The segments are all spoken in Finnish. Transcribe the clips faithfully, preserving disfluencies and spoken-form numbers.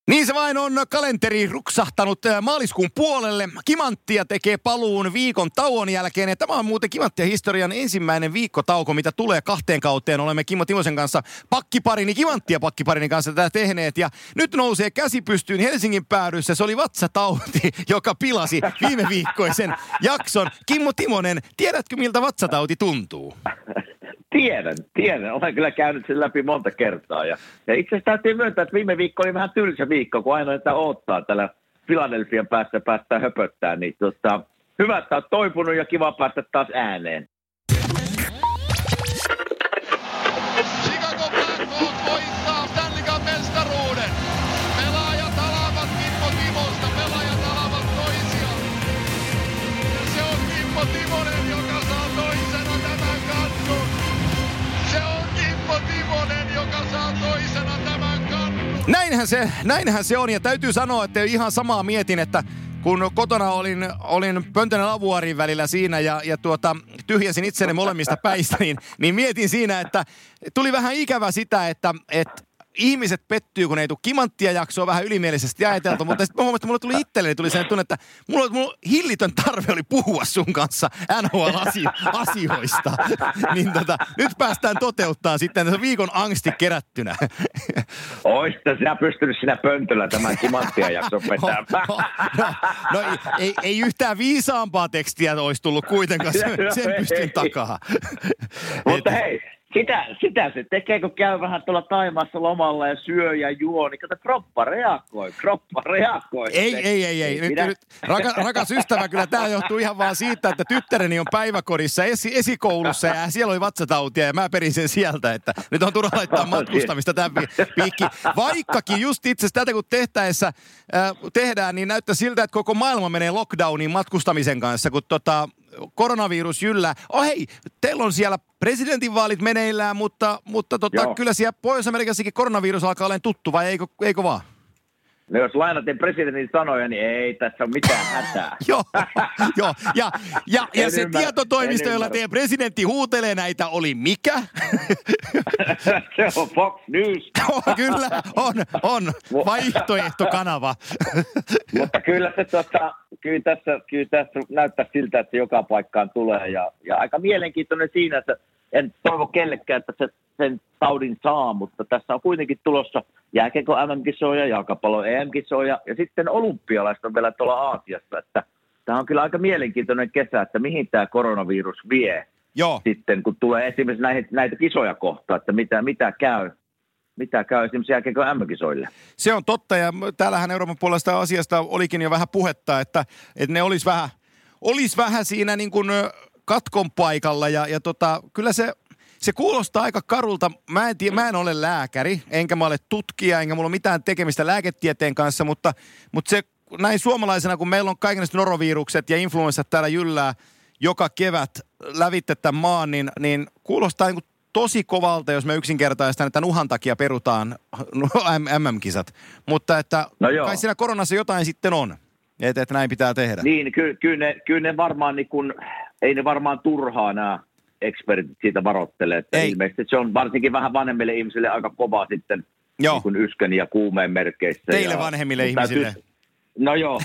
Niin se vain on kalenteri ruksahtanut maaliskuun puolelle. Kimanttia tekee paluun viikon tauon jälkeen. Ja tämä on muuten Kimanttia historian ensimmäinen viikkotauko, mitä tulee kahteen kauteen. Olemme Kimmo Timosen kanssa pakkiparini, Kimanttia pakkiparini kanssa tätä tehneet. Ja nyt nousee käsi pystyyn Helsingin päädyssä. Se oli vatsatauti, joka pilasi viime viikkoisen jakson. Kimmo Timonen, tiedätkö miltä vatsatauti tuntuu? Tiedän, tiedän. Olen kyllä käynyt sen läpi monta kertaa. Ja, ja itse asiassa täytyy myöntää, että viime viikko oli vähän tylsä viikko, kun aina sitä odottaa täällä Philadelphian päässä päästään höpöttää. Niin tota, hyvä, että olet toipunut ja kiva päästä taas ääneen. Chicago Blackhawks voittaa Stanley Cup -mestaruuden. Pelaajat alavat Kimmo Timosta, pelaajat alavat toisiaan. Se on Kimmo Timonen, joka saa toisena tämän kannun. Se on Kimmo Timonen, joka saa toisena tämän kannun. Näinhän se, näinhän se on, ja täytyy sanoa, että ihan samaa mietin, että kun kotona olin, olin Pöntön ja Lavuaarin välillä siinä ja, ja tuota, tyhjäsin itseni molemmista päistä, niin, niin mietin siinä, että tuli vähän ikävä sitä, että, että ihmiset pettyy, kun ei tule Kimanttia jaksoa vähän ylimielisesti ajateltu, mutta sitten mun mielestä mulle tuli itselleni, tuli sellainen tunne, että mulla, mulla hillitön tarve oli puhua sun kanssa N H L-asioista. Niin tota, nyt päästään toteuttaa sitten tässä viikon angsti kerättynä. Oista sinä pystynyt sinä pöntöllä tämän Kimanttia jakson vetämään. No, no, no ei, ei yhtään viisaampaa tekstiä olisi tullut kuitenkaan, sen, sen pystyn takaa. Mutta hei. Sitä, sitä se tekee, kun käy vähän tuolla Taimaassa lomalla ja syö ja juo, niin kato, kroppa reagoi, kroppa reagoi. Ei, ei, ei, ei. Nyt, nyt, raka, rakas ystävä, kyllä tämä johtuu ihan vaan siitä, että tyttäreni on päiväkodissa esi, esikoulussa ja siellä oli vatsatautia ja mä perin sen sieltä, että nyt on turha laittaa matkustamista tämän piikki. Vaikkakin just itse asiassa tätä kun tehtäessä äh, tehdään, niin näyttää siltä, että koko maailma menee lockdowniin matkustamisen kanssa, kun tota... koronavirus yllä. Oh hei, teillä on siellä presidentinvaalit meneillään, mutta, mutta tota, kyllä siellä Pohjois-Amerikassakin koronavirus alkaa olemaan tuttu, vai eikö, eikö vaan? No jos lainaten presidentin sanoja, niin ei tässä ole mitään hätää. Joo, jo. ja, ja, ja se ymmärrä, tietotoimisto, jolla teidän presidentti huutelee näitä, oli mikä? Se on Fox News. Oh, kyllä, on, on. Vaihtoehtokanava. Mutta kyllä se tota, kyllä tässä, kyllä tässä näyttää siltä, että se joka paikkaan tulee. Ja, ja aika mielenkiintoinen siinä, että en toivo kellekään, että se sen taudin saa, mutta tässä on kuitenkin tulossa jääkiekko M M-kisoja, jalkapallo E M-kisoja ja sitten olympialaiset on vielä tuolla Aasiassa. Että tämä on kyllä aika mielenkiintoinen kesä, että mihin tämä koronavirus vie. Joo. Sitten, kun tulee esimerkiksi näitä, näitä kisoja kohtaan, että mitä, mitä käy. Mitä käy esimerkiksi jääkiekko M M-kisoille. Se on totta, ja täällähän Euroopan puolesta asiasta olikin jo vähän puhetta, että, että ne olisi vähän, olisi vähän siinä niin kuin katkon paikalla, ja, ja tota, kyllä se... Se kuulostaa aika karulta. Mä en, tiedä, mä en ole lääkäri, enkä mä ole tutkija, enkä mulla ole mitään tekemistä lääketieteen kanssa, mutta, mutta se näin suomalaisena, kun meillä on kaikenlaiset norovirukset ja influenssat täällä jyllää joka kevät lävitte tämän maan, niin, niin kuulostaa niin kuin tosi kovalta, jos me yksinkertaistaan, että uhan takia perutaan M M-kisat. Mutta että no kai siinä koronassa jotain sitten on, että, että näin pitää tehdä. Niin, kyllä, kyllä, ne, kyllä ne varmaan, niin kun, ei ne varmaan turhaa nämä ekspertit siitä varoittelee, että ei. Ilmeisesti se on varsinkin vähän vanhemmille ihmisille aika kova sitten niin kuin yskän ja kuumeen merkeissä. Teille ja, vanhemmille ihmisille. Täytyy, no joo.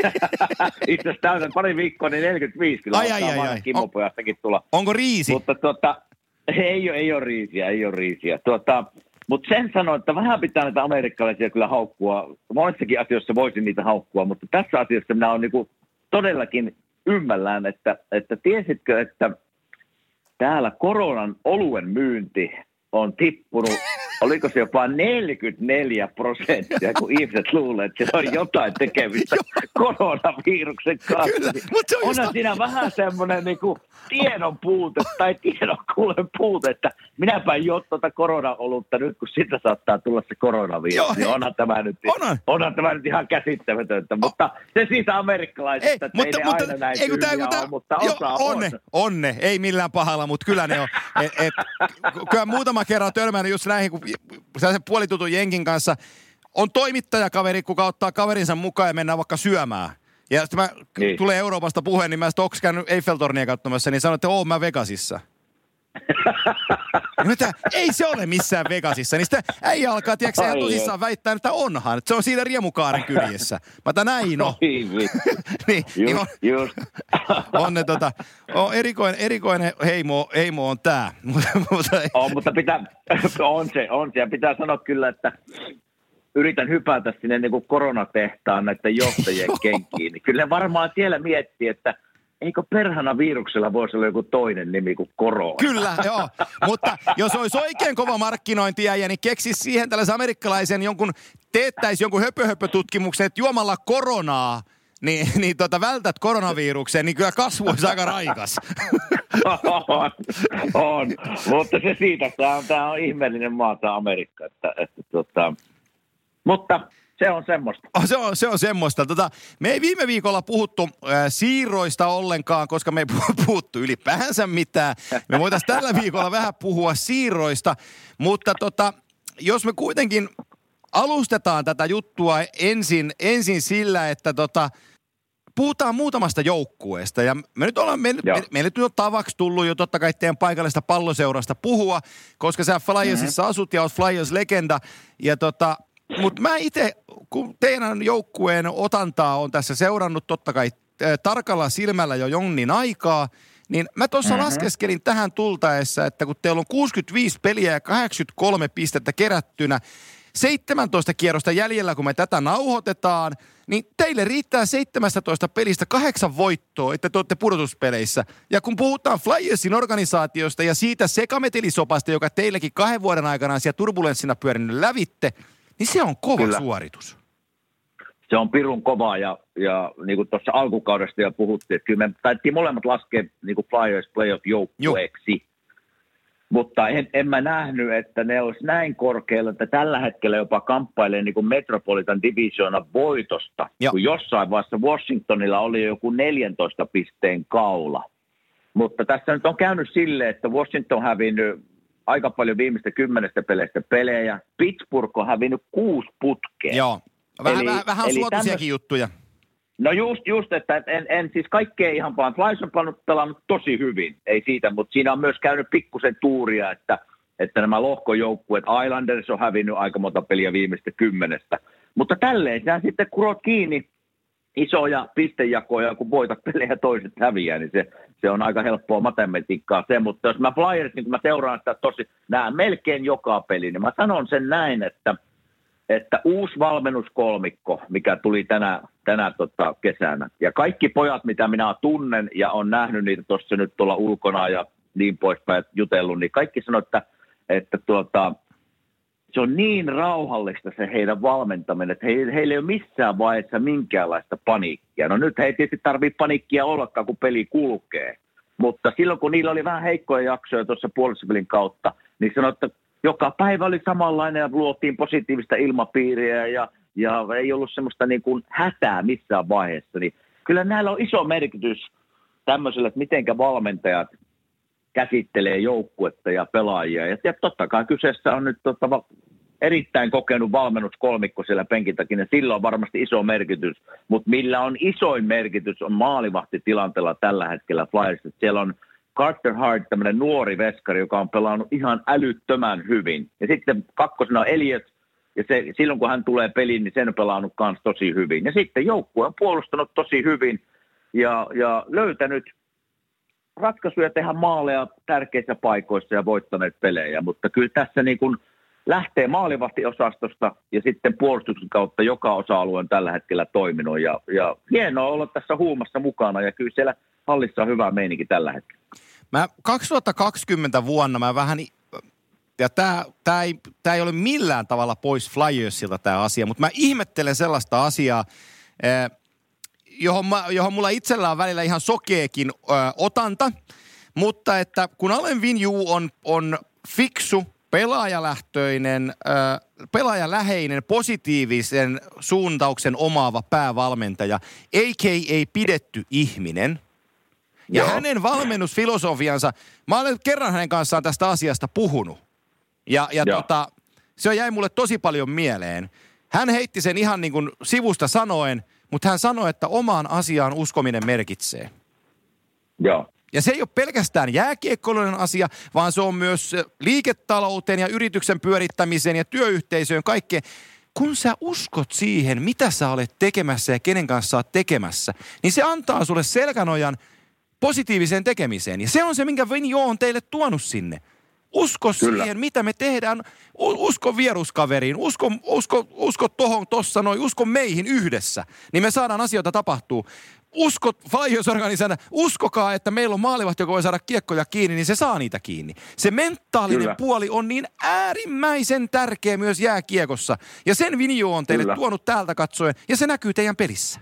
Itse asiassa täytän pari viikkoa, niin neljäkymmentäviisi kyllä. Ai, ai, ai, ai. Kimmopojastakin tulla. Onko riisi? Mutta tuota, ei, ole, ei ole riisiä, ei ole riisiä. Tuota, mutta sen sanoin, että vähän pitää näitä amerikkalaisia kyllä haukkua. Monessakin asioissa voisin niitä haukkua, mutta tässä asiassa minä olen niin todellakin ymmällään, että, että tiesitkö, että täällä koronan oluen myynti on tippunut, oliko se jopa neljäkymmentäneljä prosenttia, kun ihmiset luulee, että se on jotain tekemistä koronaviruksen kanssa. Kyllä, mutta se on Onhan just... siinä vähän semmoinen niin kuin tiedon puute tai tiedon kuulen puute, että minäpä jo tuota korona-olutta nyt, kun siitä saattaa tulla se koronavirus. Joo, niin onhan tämä, nyt, onhan. onhan tämä nyt ihan käsittämätöntä, mutta se siitä amerikkalaisista, että mutta, ei mutta, aina näin tyyliä ole, mutta osa jo, onne, on. Onne, ei millään pahalla, mutta kyllä ne on. Et, et, kyllä muutama kerran törmännyt just näihin, kun sellaisen puolitutun jenkin kanssa on toimittajakaveri, kuka ottaa kaverinsa mukaan ja mennään vaikka syömään. Ja sitten mä niin. tulee Euroopasta puheen, niin mä sitten onko käynyt Eiffeltornia katsomassa, niin sanon, että oon mä Vegasissa. Mitä? Ei se ole missään Vegasissa. Niin sitten äijä alkaa, tiedätkö, ihan tosissaan väittää, että onhan. Että se on siinä Riemukaaren kyljessä. Mä otan näin on. niin, niin, just, niin on, just. on ne tota, on erikoinen, erikoinen heimo, heimo on tää. on, mutta pitää, on se, on se. Ja pitää sanoa kyllä, että yritän hypätä sinne niin kuin koronatehtaan näiden johtajien kenkiin. Niin kyllä ne varmaan siellä miettii, että eikö perhana viruksella voisi olla joku toinen nimi kuin korona? Kyllä, joo. Mutta jos olisi oikein kova markkinointiäijä, niin keksisi siihen tällaisen amerikkalaisen jonkun, teettäisi jonkun höpö-höpö-tutkimuksen, että juomalla koronaa, niin, niin tota, vältät koronaviruksen, niin kyllä kasvu olisi aika raikas. on, on, mutta se siitä, tämä on, tämä on ihmeellinen maa, tämä Amerikka, että, että tota, mutta se on semmoista. Oh, se, on, se on semmoista. Tota, me ei viime viikolla puhuttu äh, siirroista ollenkaan, koska me ei puhuttu ylipäänsä mitään. Me voitaisiin tällä viikolla vähän puhua siirroista, mutta tota, jos me kuitenkin alustetaan tätä juttua ensin, ensin sillä, että tota, puhutaan muutamasta joukkueesta. Ja me nyt ollaan, me, me, meille nyt on tavaksi tullut jo totta kai teidän paikallista palloseurasta puhua, koska sä Flyersissa mm-hmm. asut ja oot Flyers-legenda. Ja tota, mutta mä itse, kun teidän joukkueen otantaa on tässä seurannut totta kai äh, tarkalla silmällä jo jonnin aikaa, niin mä tuossa mm-hmm. laskeskelin tähän tultaessa, että kun teillä on kuusikymmentäviisi peliä ja kahdeksankymmentäkolme pistettä kerättynä, seitsemäntoista kierrosta jäljellä, kun me tätä nauhoitetaan, niin teille riittää seitsemästätoista pelistä kahdeksan voittoa, että te olette pudotuspeleissä. Ja kun puhutaan Flyersin organisaatiosta ja siitä sekametelisopasta, joka teillekin kahden vuoden aikana siellä turbulenssina pyörinyt lävitte, niin se on kova Kyllä. suoritus. Se on pirun kova ja, ja niin kuin tuossa alkukaudesta jo puhuttiin, että kyllä me taittiin molemmat laskea niin kuin Flyers playoff-joukkueeksi. Mutta en, en mä nähnyt, että ne olisi näin korkealla, että tällä hetkellä jopa kamppailee niin kuin Metropolitan Divisioonan voitosta. Jo. Kun jossain vaiheessa Washingtonilla oli joku neljäntoista pisteen kaula. Mutta tässä nyt on käynyt silleen, että Washington on hävinnyt aika paljon viimeistä kymmenestä peleistä pelejä. Pittsburgh on hävinnyt kuusi putkea. Joo, vähän, eli, vähän, vähän on suotuisiakin tämmöis... juttuja. No just, just että en, en siis kaikkea ihan vaan. Flyers on pelannut tosi hyvin, ei siitä, mutta siinä on myös käynyt pikkusen tuuria, että, että nämä lohkojoukkueet, Islanders on hävinnyt aika monta peliä viimeistä kymmenestä. Mutta tälleen sä sitten kurot kiinni isoja pistejakoja, kun voitat pelejä toiset häviää, niin se, se on aika helppoa matematiikkaa se. Mutta jos mä Flyers, niin kun mä seuraan sitä tosi, näen melkein joka peli, niin mä sanon sen näin, että että uusi valmennuskolmikko, mikä tuli tänä, tänä tota, kesänä. Ja kaikki pojat, mitä minä tunnen ja on nähnyt niitä tuossa nyt tuolla ulkona ja niin poispäin jutellut, niin kaikki sanoo, että, että tuota, se on niin rauhallista se heidän valmentaminen, että he, heillä ei ole missään vaiheessa minkäänlaista paniikkia. No nyt he ei tietysti tarvitse paniikkia ollakaan, kun peli kulkee. Mutta silloin, kun niillä oli vähän heikkoja jaksoja tuossa puolustuspelin kautta, niin sanoi, että joka päivä oli samanlainen ja luotiin positiivista ilmapiiriä ja, ja ei ollut semmoista niin kuin hätää missään vaiheessa. Niin kyllä näillä on iso merkitys tämmöisellä, että mitenkä valmentajat käsittelee joukkuetta ja pelaajia. Ja, ja totta kai kyseessä on nyt tota, erittäin kokenut valmennuskolmikko siellä penkin takia, ja sillä on varmasti iso merkitys. Mutta millä on isoin merkitys on maalivahtitilanteella tällä hetkellä Flyers. Siellä on Carter Hart, tämmöinen nuori veskari, joka on pelannut ihan älyttömän hyvin. Ja sitten kakkosena on Elliot, ja se, silloin kun hän tulee peliin, niin sen on pelannut myös tosi hyvin. Ja sitten joukkue on puolustanut tosi hyvin ja, ja löytänyt ratkaisuja tehdä maaleja tärkeissä paikoissa ja voittaneet pelejä. Mutta kyllä tässä niin kuin lähtee maalivahtiosastosta ja sitten puolustuksen kautta joka osa-alue on tällä hetkellä toiminut. Ja, ja hienoa olla tässä huumassa mukana ja kyllä siellä hallissa on hyvä meininki tällä hetkellä. Mä kaksituhattakaksikymmentä vuonna mä vähän, ja tää, tää, ei, tää ei ole millään tavalla pois Flyersilta tää asia, mutta mä ihmettelen sellaista asiaa, eh, johon, mä, johon mulla itsellä on välillä ihan sokeekin eh, otanta, mutta että kun Alain Vigneault on, on fiksu, pelaajalähtöinen, äh, pelaajaläheinen, positiivisen suuntauksen omaava päävalmentaja, a k a pidetty ihminen. Ja Joo. hänen valmennusfilosofiansa, mä olen kerran hänen kanssaan tästä asiasta puhunut. Ja, ja tota, se jäi mulle tosi paljon mieleen. Hän heitti sen ihan niin kuin sivusta sanoen, mutta hän sanoi, että omaan asiaan uskominen merkitsee. Joo. Ja se ei ole pelkästään jääkiekkoilun asia, vaan se on myös liiketalouteen ja yrityksen pyörittämiseen ja työyhteisöön kaikkeen. Kun sä uskot siihen, mitä sä olet tekemässä ja kenen kanssa olet tekemässä, niin se antaa sulle selkänojan positiiviseen tekemiseen. Ja se on se, minkä Vinjo on teille tuonut sinne. Usko Kyllä. siihen, mitä me tehdään. Usko vieruskaveriin, usko, usko, usko tohon tossa noin, usko meihin yhdessä. Niin me saadaan asioita tapahtuu. Usko Flyers-organisana, uskokaa, että meillä on maalivahti, joka voi saada kiekkoja kiinni, niin se saa niitä kiinni. Se mentaalinen Kyllä. puoli on niin äärimmäisen tärkeä myös jääkiekossa. Ja sen Vinjo on teille Kyllä. tuonut täältä katsoen, ja se näkyy teidän pelissä.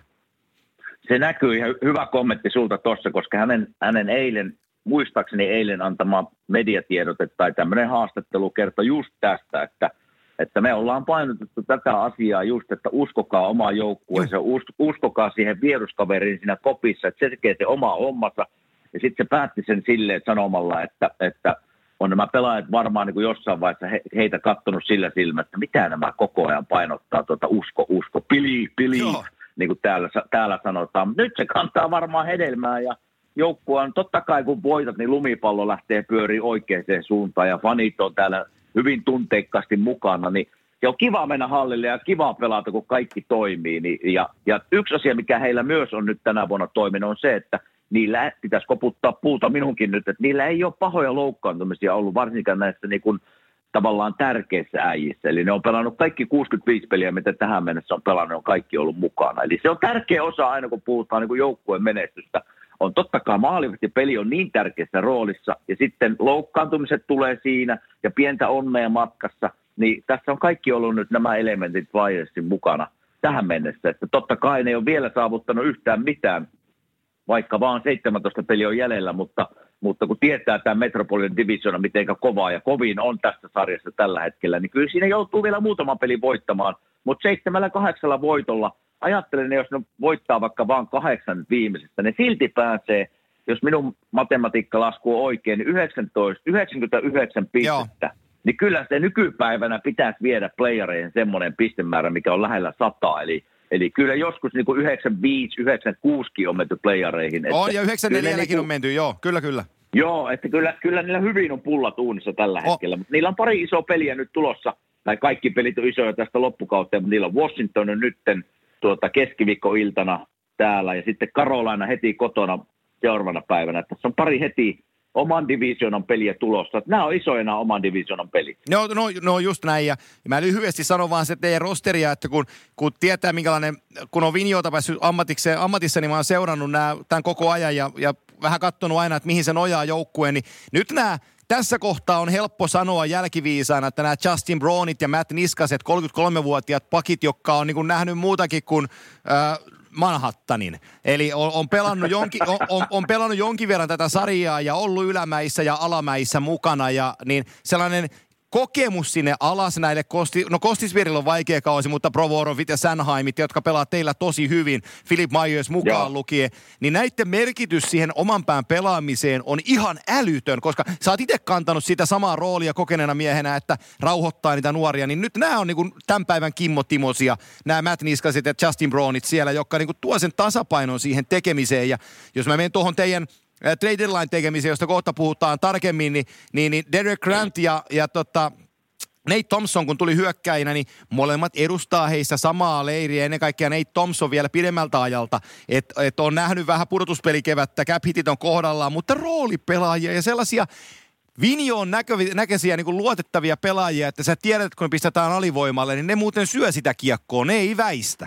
Se näkyy, ja hyvä kommentti sulta tuossa, koska hänen, hänen eilen, muistaakseni eilen antama mediatiedote tai tämmöinen haastattelu kertoi just tästä, että, että me ollaan painotettu tätä asiaa just, että uskokaa omaa joukkueeseen, uskokaa siihen vieruskaveriin siinä kopissa, että se tekee se oma hommansa. Ja sitten se päätti sen silleen sanomalla, että, että on nämä pelaajat varmaan niin kuin jossain vaiheessa he, heitä kattonut sillä silmällä, että mitä nämä koko ajan painottaa tuota usko, usko, pili, pili. Joo. Niin kuin täällä, täällä sanotaan. Nyt se kantaa varmaan hedelmää ja joukkue on totta kai kun voitat, niin lumipallo lähtee pyöriin oikeaan suuntaan ja fanit on täällä hyvin tunteikkaasti mukana, niin se on kiva mennä hallille ja kiva pelata, kun kaikki toimii. Niin, ja, ja yksi asia, mikä heillä myös on nyt tänä vuonna toiminut, on se, että niillä pitäisi koputtaa puuta minunkin nyt, että niillä ei ole pahoja loukkaantumisia ollut, varsinkaan näissä niin kuin tavallaan tärkeissä äijissä. Eli ne on pelannut kaikki kuusikymmentäviisi peliä, mitä tähän mennessä on pelannut, on kaikki ollut mukana. Eli se on tärkeä osa aina, kun puhutaan niin kuin joukkueen menestystä. On totta kai maalivahti peli on niin tärkeässä roolissa, ja sitten loukkaantumiset tulee siinä, ja pientä onnea matkassa, niin tässä on kaikki ollut nyt nämä elementit Flyersin mukana tähän mennessä. Että totta kai ne ei ole vielä saavuttanut yhtään mitään, vaikka vaan seitsemäntoista peliä on jäljellä, mutta Mutta kun tietää tämä Metropolitan Divisiona, miten kovaa ja kovin on tässä sarjassa tällä hetkellä, niin kyllä siinä joutuu vielä muutaman pelin voittamaan. Mutta seitsemällä kahdeksalla voitolla, ajattelen, jos ne voittaa vaikka vaan kahdeksan viimeisestä, ne silti pääsee, jos minun matematiikkalasku on oikein, niin yhdeksäntoista, yhdeksänkymmentäyhdeksän pistettä. Joo. Niin kyllä se nykypäivänä pitäisi viedä playereihin semmoinen pistemäärä, mikä on lähellä sataa, eli Eli kyllä joskus niin kuin yhdeksänkymmentäviisi yhdeksänkymmentäkuusi on menty playereihin. On, ja yhdeksänkymmentäneljäkin niin on menty, joo, kyllä, kyllä. Joo, että kyllä, kyllä niillä hyvin on pullat uunissa tällä oh. hetkellä, mutta niillä on pari isoa peliä nyt tulossa, tai kaikki pelit on isoja tästä loppukautta, mutta niillä on Washington nytten tuota, keskiviikkoiltana täällä, ja sitten Carolina heti kotona seuraavana päivänä. Tässä on pari heti oman divisionan peliä tulossa. Nämä on isoja nämä oman divisionan pelit. No, no, no just näin. Ja mä lyhyesti sanon vaan se teidän rosteria, että kun, kun tietää minkälainen, kun on Vinjota päässyt ammatissa, niin mä oon seurannut nämä, tämän koko ajan ja, ja vähän katsonut aina, että mihin se nojaa joukkueen. Niin nyt nämä, tässä kohtaa on helppo sanoa jälkiviisaana, että nämä Justin Brownit ja Matt Niskaset, kolmekymmentäkolmevuotiaat pakit, jotka on niin kuin nähnyt muutakin kuin Äh, Manhattanin. Eli on, on, pelannut jonkin, on, on, on pelannut jonkin verran tätä sarjaa ja ollut ylämäissä ja alamäissä mukana. Ja niin sellainen kokemus sinne alas näille, Kosti, no Kostisvirillä on vaikea kausi, mutta Provorovit ja Sanheimit, jotka pelaa teillä tosi hyvin, Philip Myers mukaan Joo. lukien, niin näiden merkitys siihen oman pään pelaamiseen on ihan älytön, koska sä oot itse kantanut sitä samaa roolia kokeneena miehenä, että rauhoittaa niitä nuoria, niin nyt nämä on niin kuin tämän päivän Kimmo Timosia, nämä Matt Niskaset ja Justin Brownit siellä, jotka niin kuin tuo sen tasapainon siihen tekemiseen, ja jos mä menen tuohon teidän trade deadline tekemiseen, josta kohta puhutaan tarkemmin, niin, niin, niin Derek Grant ja, ja tota, Nate Thompson, kun tuli hyökkäinä, niin molemmat edustaa heissä samaa leiriä, ennen kaikkea Nate Thompson vielä pidemmältä ajalta, että et on nähnyt vähän pudotuspelikevättä, cap hitit on kohdallaan, mutta roolipelaajia ja sellaisia Vinjoon näköisiä niin kuin luotettavia pelaajia, että sä tiedät, että kun ne pistetään alivoimalle, niin ne muuten syö sitä kiekkoa, ne ei väistä.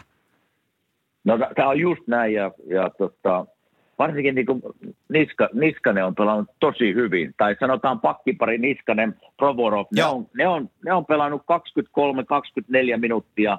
No tämä on just näin ja, ja tota... Varsinkin niin kuin Niska, Niskanen on pelannut tosi hyvin. Tai sanotaan pakkipari Niskanen, Provorov. Ne on, ne, on, ne on pelannut kaksikymmentäkolme kaksikymmentäneljä minuuttia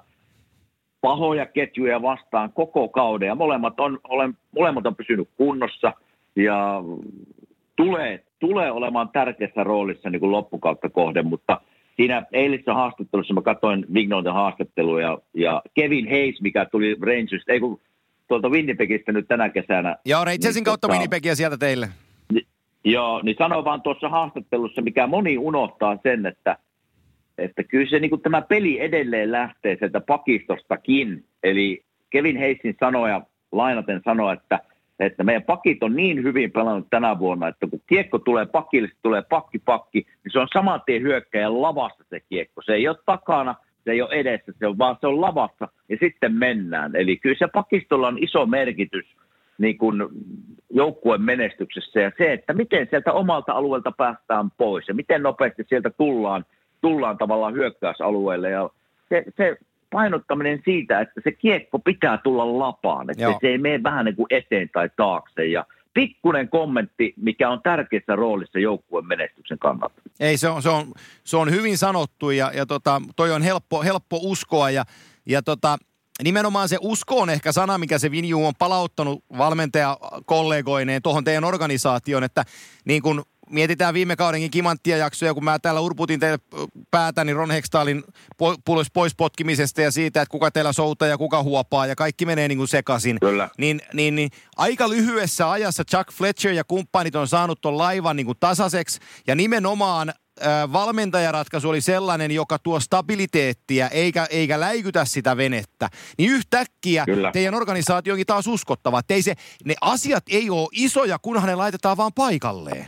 pahoja ketjuja vastaan koko kauden. Ja molemmat on, olen, molemmat on pysynyt kunnossa ja tulee, tulee olemaan tärkeässä roolissa niin kuin loppukautta kohden. Mutta siinä eilisessä haastattelussa mä katsoin Vignoilta haastattelua ja, ja Kevin Hayes, mikä tuli Rangersista, ei kun tuolta Winnipegistä nyt tänä kesänä. Joo, Rangersin niin, kautta tota, Winnipegia sieltä teille. Ni, joo, niin sano vaan tuossa haastattelussa, mikä moni unohtaa sen, että, että kyllä se niin kuin tämä peli edelleen lähtee sieltä pakistostakin. Eli Kevin Hayesin sanoja, lainaten sanoa, että että meidän pakit on niin hyvin pelannut tänä vuonna, että kun kiekko tulee pakille, se tulee pakki pakki, niin se on saman tien hyökkäjän lavassa se kiekko. Se ei ole takana, se ei ole edessä, se on vaan se on lavassa ja sitten mennään. Eli kyllä se pakistolla on iso merkitys niin kuin joukkueen menestyksessä ja se, että miten sieltä omalta alueelta päästään pois ja miten nopeasti sieltä tullaan, tullaan tavallaan hyökkäysalueelle ja se, se painottaminen siitä, että se kiekko pitää tulla lapaan, että Joo. se ei mene vähän niin kuin eteen tai taakse ja pikkuinen kommentti, mikä on tärkeässä roolissa joukkueen menestyksen kannalta. Ei, se on, se on, se on hyvin sanottu ja, ja tota, toi on helppo, helppo uskoa ja, ja tota, nimenomaan se usko on ehkä sana, mikä se Vinju on palauttanut valmentajakollegoineen tuohon teidän organisaatioon, että niin kun mietitään viime kaudenkin kimanttia jaksoja, kun mä täällä urputin teille päätä, niin Ron Hextaalin pois, pois potkimisesta ja siitä, että kuka teillä soutaa ja kuka huopaa ja kaikki menee niin kuin sekaisin. Kyllä. Niin, niin, niin aika lyhyessä ajassa Chuck Fletcher ja kumppanit on saanut ton laivan niin kuin tasaiseksi ja nimenomaan äh, valmentajaratkaisu oli sellainen, joka tuo stabiliteettia eikä, eikä läikytä sitä venettä. Niin yhtäkkiä Kyllä. teidän organisaationkin taas uskottava, että ei se, ne asiat ei ole isoja, kunhan ne laitetaan vaan paikalleen.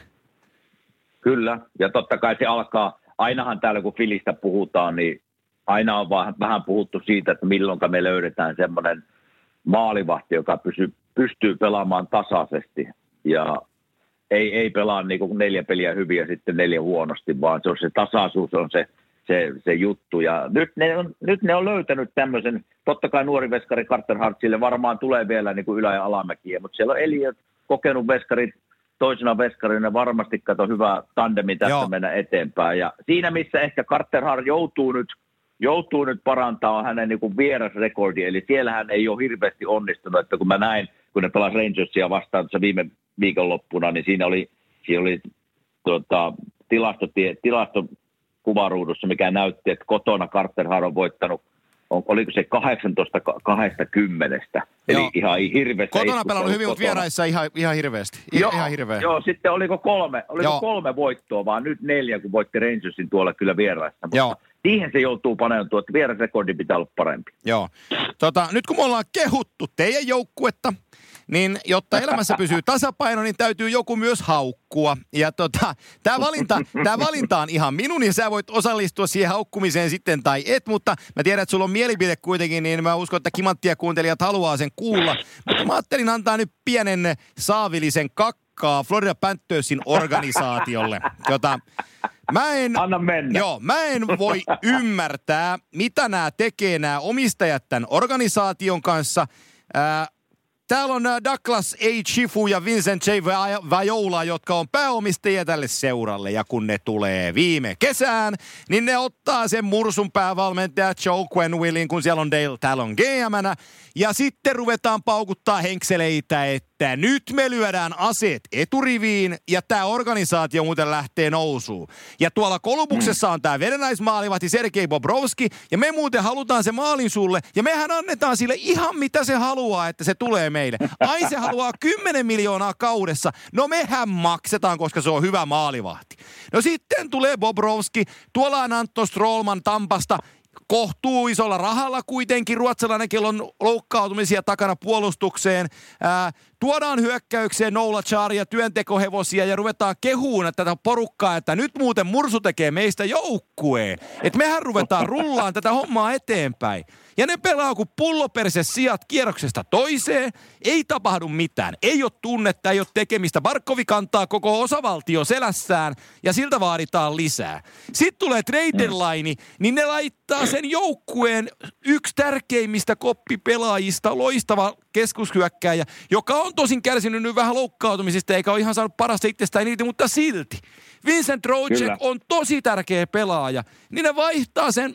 Kyllä, ja totta kai se alkaa, ainahan täällä kun Filistä puhutaan, niin aina on vaan, vähän puhuttu siitä, että milloin me löydetään semmoinen maalivahti, joka pysyy, pystyy pelaamaan tasaisesti ja ei, ei pelaa niin kuin neljä peliä hyvin ja sitten neljä huonosti, vaan se on se tasaisuus, on se, se, se juttu. Ja nyt ne, on, nyt ne on löytänyt tämmöisen, totta kai nuori veskari Carter Hartsille varmaan tulee vielä niin kuin ylä- ja alamäkiä, mutta siellä on Eliot, kokenut veskarit, toisena veskarina varmasti kato hyvä tandemi tästä Joo. mennä eteenpäin. Ja siinä, missä ehkä Carter Hart joutuu nyt, joutuu nyt parantaa hänen niin kuin vierasrekordi, eli siellähän ei ole hirveästi onnistunut, että kun mä näin, kun ne pelasi Rangersia vastaan tuossa viime viikonloppuna, niin siinä oli, siinä oli tuota, tilastotie, tilastokuvaruudussa, mikä näytti, että kotona Carter Hart on voittanut On, oliko se kahdeksantoista kaksikymmentä, eli Joo. ihan hirveästi. Kotona pelannut hyvin, mutta vieraissa ihan, ihan hirveästi. I, joo, ihan hirveä. joo, sitten oliko kolme, oliko kolme voittoa, vaan nyt neljä, kun voitti Rangersin tuolla kyllä vieraissa. Mutta joo. siihen se joutuu paneutua, että vierasrekordi pitää olla parempi. Joo. Tota, nyt kun me ollaan kehuttu teidän joukkuetta, niin jotta elämässä pysyy tasapaino, niin täytyy joku myös haukkua. Ja tota, tämä valinta, tää valinta on ihan minun, ja sä voit osallistua siihen haukkumiseen sitten tai et, mutta mä tiedän, että sulla on mielipide kuitenkin, niin mä uskon, että kimanttia kuuntelijat haluaa sen kuulla. Mutta mä ajattelin antaa nyt pienen saavillisen kakkaa Florida Panthersin organisaatiolle. Jota, Mä en, Anna mennä. Joo, mä en voi ymmärtää, mitä nämä tekee nämä omistajat tämän organisaation kanssa. Ää, Täällä on Douglas A. Chifu ja Vincent J. Viola, jotka on pääomistajia tälle seuralle. Ja kun ne tulee viime kesään, niin ne ottaa sen mursun päävalmentaja Joe Quennevillin, kun siellä on Dale Talon G M:nä. Ja sitten ruvetaan paukuttaa henkseleitä, että nyt me lyödään aseet eturiviin ja tämä organisaatio muuten lähtee nousuun. Ja tuolla Kolumbuksessa on tämä venäläismaalivahti Sergei Bobrovski ja me muuten halutaan se maalin sulle ja mehän annetaan sille ihan mitä se haluaa, että se tulee meille. Ai se haluaa kymmenen miljoonaa kaudessa. No mehän maksetaan, koska se on hyvä maalivahti. No sitten tulee Bobrovski, tuolla on Antto Strollman Tampasta. Kohtuu isolla rahalla kuitenkin. Ruotsalainen, kello on loukkautumisia takana puolustukseen. Ää, tuodaan hyökkäykseen Noula Charia, työntekohevosia ja ruvetaan kehuun tätä porukkaa, että nyt muuten Mursu tekee meistä joukkueen. Että mehän ruvetaan rullaan tätä hommaa eteenpäin. Ja ne pelaa kuin pulloperse sijat kierroksesta toiseen. Ei tapahdu mitään. Ei ole tunnetta, ei ole tekemistä. Barkovi kantaa koko osavaltio selässään ja siltä vaaditaan lisää. Sitten tulee trade deadline, niin ne laittaa sen joukkueen yksi tärkeimmistä koppipelaajista, loistava keskushyökkääjä, joka on tosin kärsinyt nyt vähän loukkaantumisesta eikä ole ihan saanut parasta itsestään irti, mutta silti. Vincent Trocheck on tosi tärkeä pelaaja. Niin ne vaihtaa sen.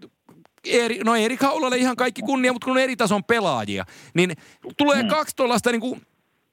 Eri, no Erik Haulalle ihan kaikki kunnia, mutta kun on eri tason pelaajia, niin tulee hmm. kaksi tuollaista niin kuin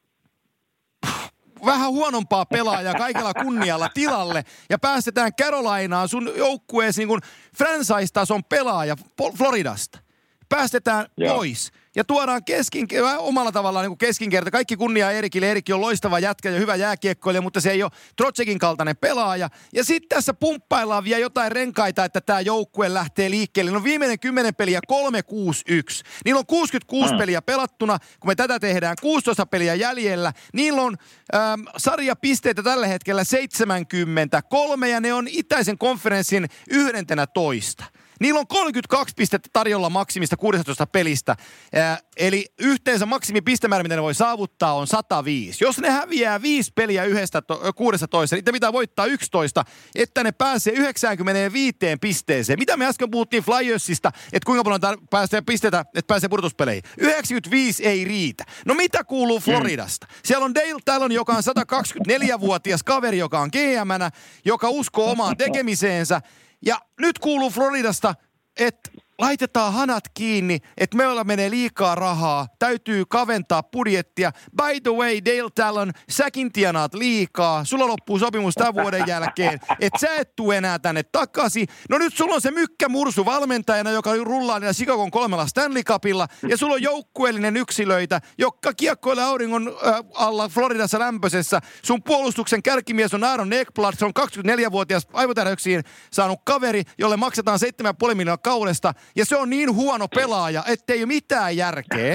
vähän huonompaa pelaajaa kaikella kunnialla tilalle ja päästetään Carolinaan sun joukkueesi niin kuin franchise-tason pelaaja Floridasta. päästetään Joo. pois ja tuodaan keskin, omalla tavallaan niin keskinkerta. Kaikki kunnia Erikille. Erikki on loistava jätkä ja hyvä jääkiekkoilija, mutta se ei ole Trochekin kaltainen pelaaja. Ja sitten tässä pumppaillaan vielä jotain renkaita, että tämä joukkue lähtee liikkeelle. No viimeinen kymmenen peliä kolme kuusi yksi. Niillä on kuusikymmentäkuusi mm. peliä pelattuna, kun me tätä tehdään. kuusitoista peliä jäljellä. Niillä on ähm, sarjapisteitä tällä hetkellä seitsemänkymmentäkolme ja ne on itäisen konferenssin yhdentenätoista. Niillä on kolmekymmentäkaksi pistettä tarjolla maksimista kuusitoista pelistä. Ää, eli yhteensä maksimipistemäärä, mitä ne voi saavuttaa, on sata viisi. Jos ne häviää viisi peliä yhdestä to, kuusitoista, niitä pitää voittaa yksitoista, että ne pääsee yhdeksänkymmentäviisi pisteeseen. Mitä me äsken puhuttiin Flyersista, että kuinka paljon tar- pääsee pisteitä, että pääsee pudotuspeleihin. yhdeksänkymmentäviisi ei riitä. No mitä kuuluu Floridasta? Siellä on Dale Talon, joka on satakaksikymmentäneljävuotias kaveri, joka on G M:nä, joka uskoo omaan tekemiseensä. Ja nyt kuuluu Floridasta, että laitetaan hanat kiinni, että meillä menee liikaa rahaa, täytyy kaventaa budjettia. By the way, Dale Talon, säkin tienaat liikaa, sulla loppuu sopimus tämän vuoden jälkeen, että sä et tuu enää tänne takaisin. No nyt sulla on se Mykkä Mursu valmentajana, joka rullaa niillä Chicagon kolmella Stanley Cupilla, ja sulla on joukkueellinen yksilöitä, jotka kiekkoilee auringon äh, alla Floridassa lämpöisessä. Sun puolustuksen kärkimies on Aaron Ekblad, se on kaksikymmentäneljävuotias aivotäräyksiin saanut kaveri, jolle maksetaan seitsemän pilkku viisi miljoonaa kaudesta. Ja se on niin huono pelaaja, ettei ole mitään järkeä.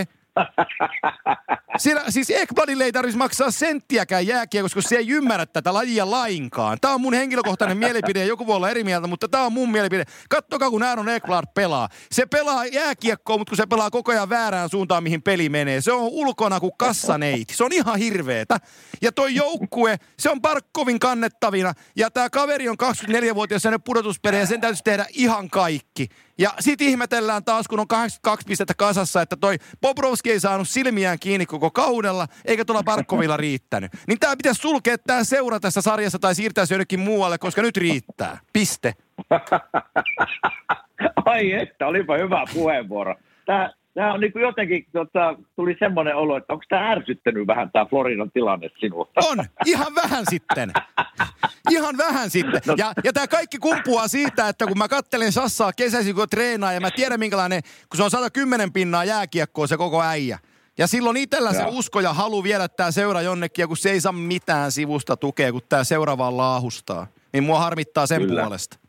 Siellä, siis Ekbladille ei tarvitsisi maksaa senttiäkään jääkiekossa, koska se ei ymmärrä tätä lajia lainkaan. Tämä on mun henkilökohtainen mielipide, joku voi olla eri mieltä, mutta tämä on mun mielipide. Kattokaa, kun Aaron Ekblad pelaa. Se pelaa jääkiekkoa, mutta kun se pelaa koko ajan väärään suuntaan, mihin peli menee. Se on ulkona kuin kassaneiti. Se on ihan hirveetä. Ja toi joukkue, se on Barkovin kannettavina. Ja tämä kaveri on kaksikymmentäneljävuotias, sen pudotuspelejä, sen täytyisi tehdä ihan kaikki. Ja sit ihmetellään taas, kun on kahdeksankymmentäkaksi pistettä kasassa, että toi Bobrovski ei saanut silmiään kiinni koko kaudella, eikä tuolla Barkovilla riittänyt. Niin tää pitäisi sulkea tää seura tässä sarjassa tai siirtää se jonnekin muualle, koska nyt riittää. Piste. Ai että, olipa hyvä puheenvuoro. Tää, tää on niinku jotenkin, tota, tuli semmoinen olo, että onko tää ärsyttänyt vähän tää Floridan tilanne sinua? On, ihan vähän sitten. Ihan vähän sitten. Ja, ja tämä kaikki kumpuaa siitä, että kun mä kattelen Sassaa kesäisin, kun treenaa, ja mä tiedän minkälainen, kun se on sata kymmenen pinnaa jääkiekkoa se koko äijä. Ja silloin itsellä se usko ja halu viedä tää seura jonnekin, ja kun se ei saa mitään sivusta tukea, kun tää seura vaan laahustaa. Niin mua harmittaa sen Kyllä. puolesta.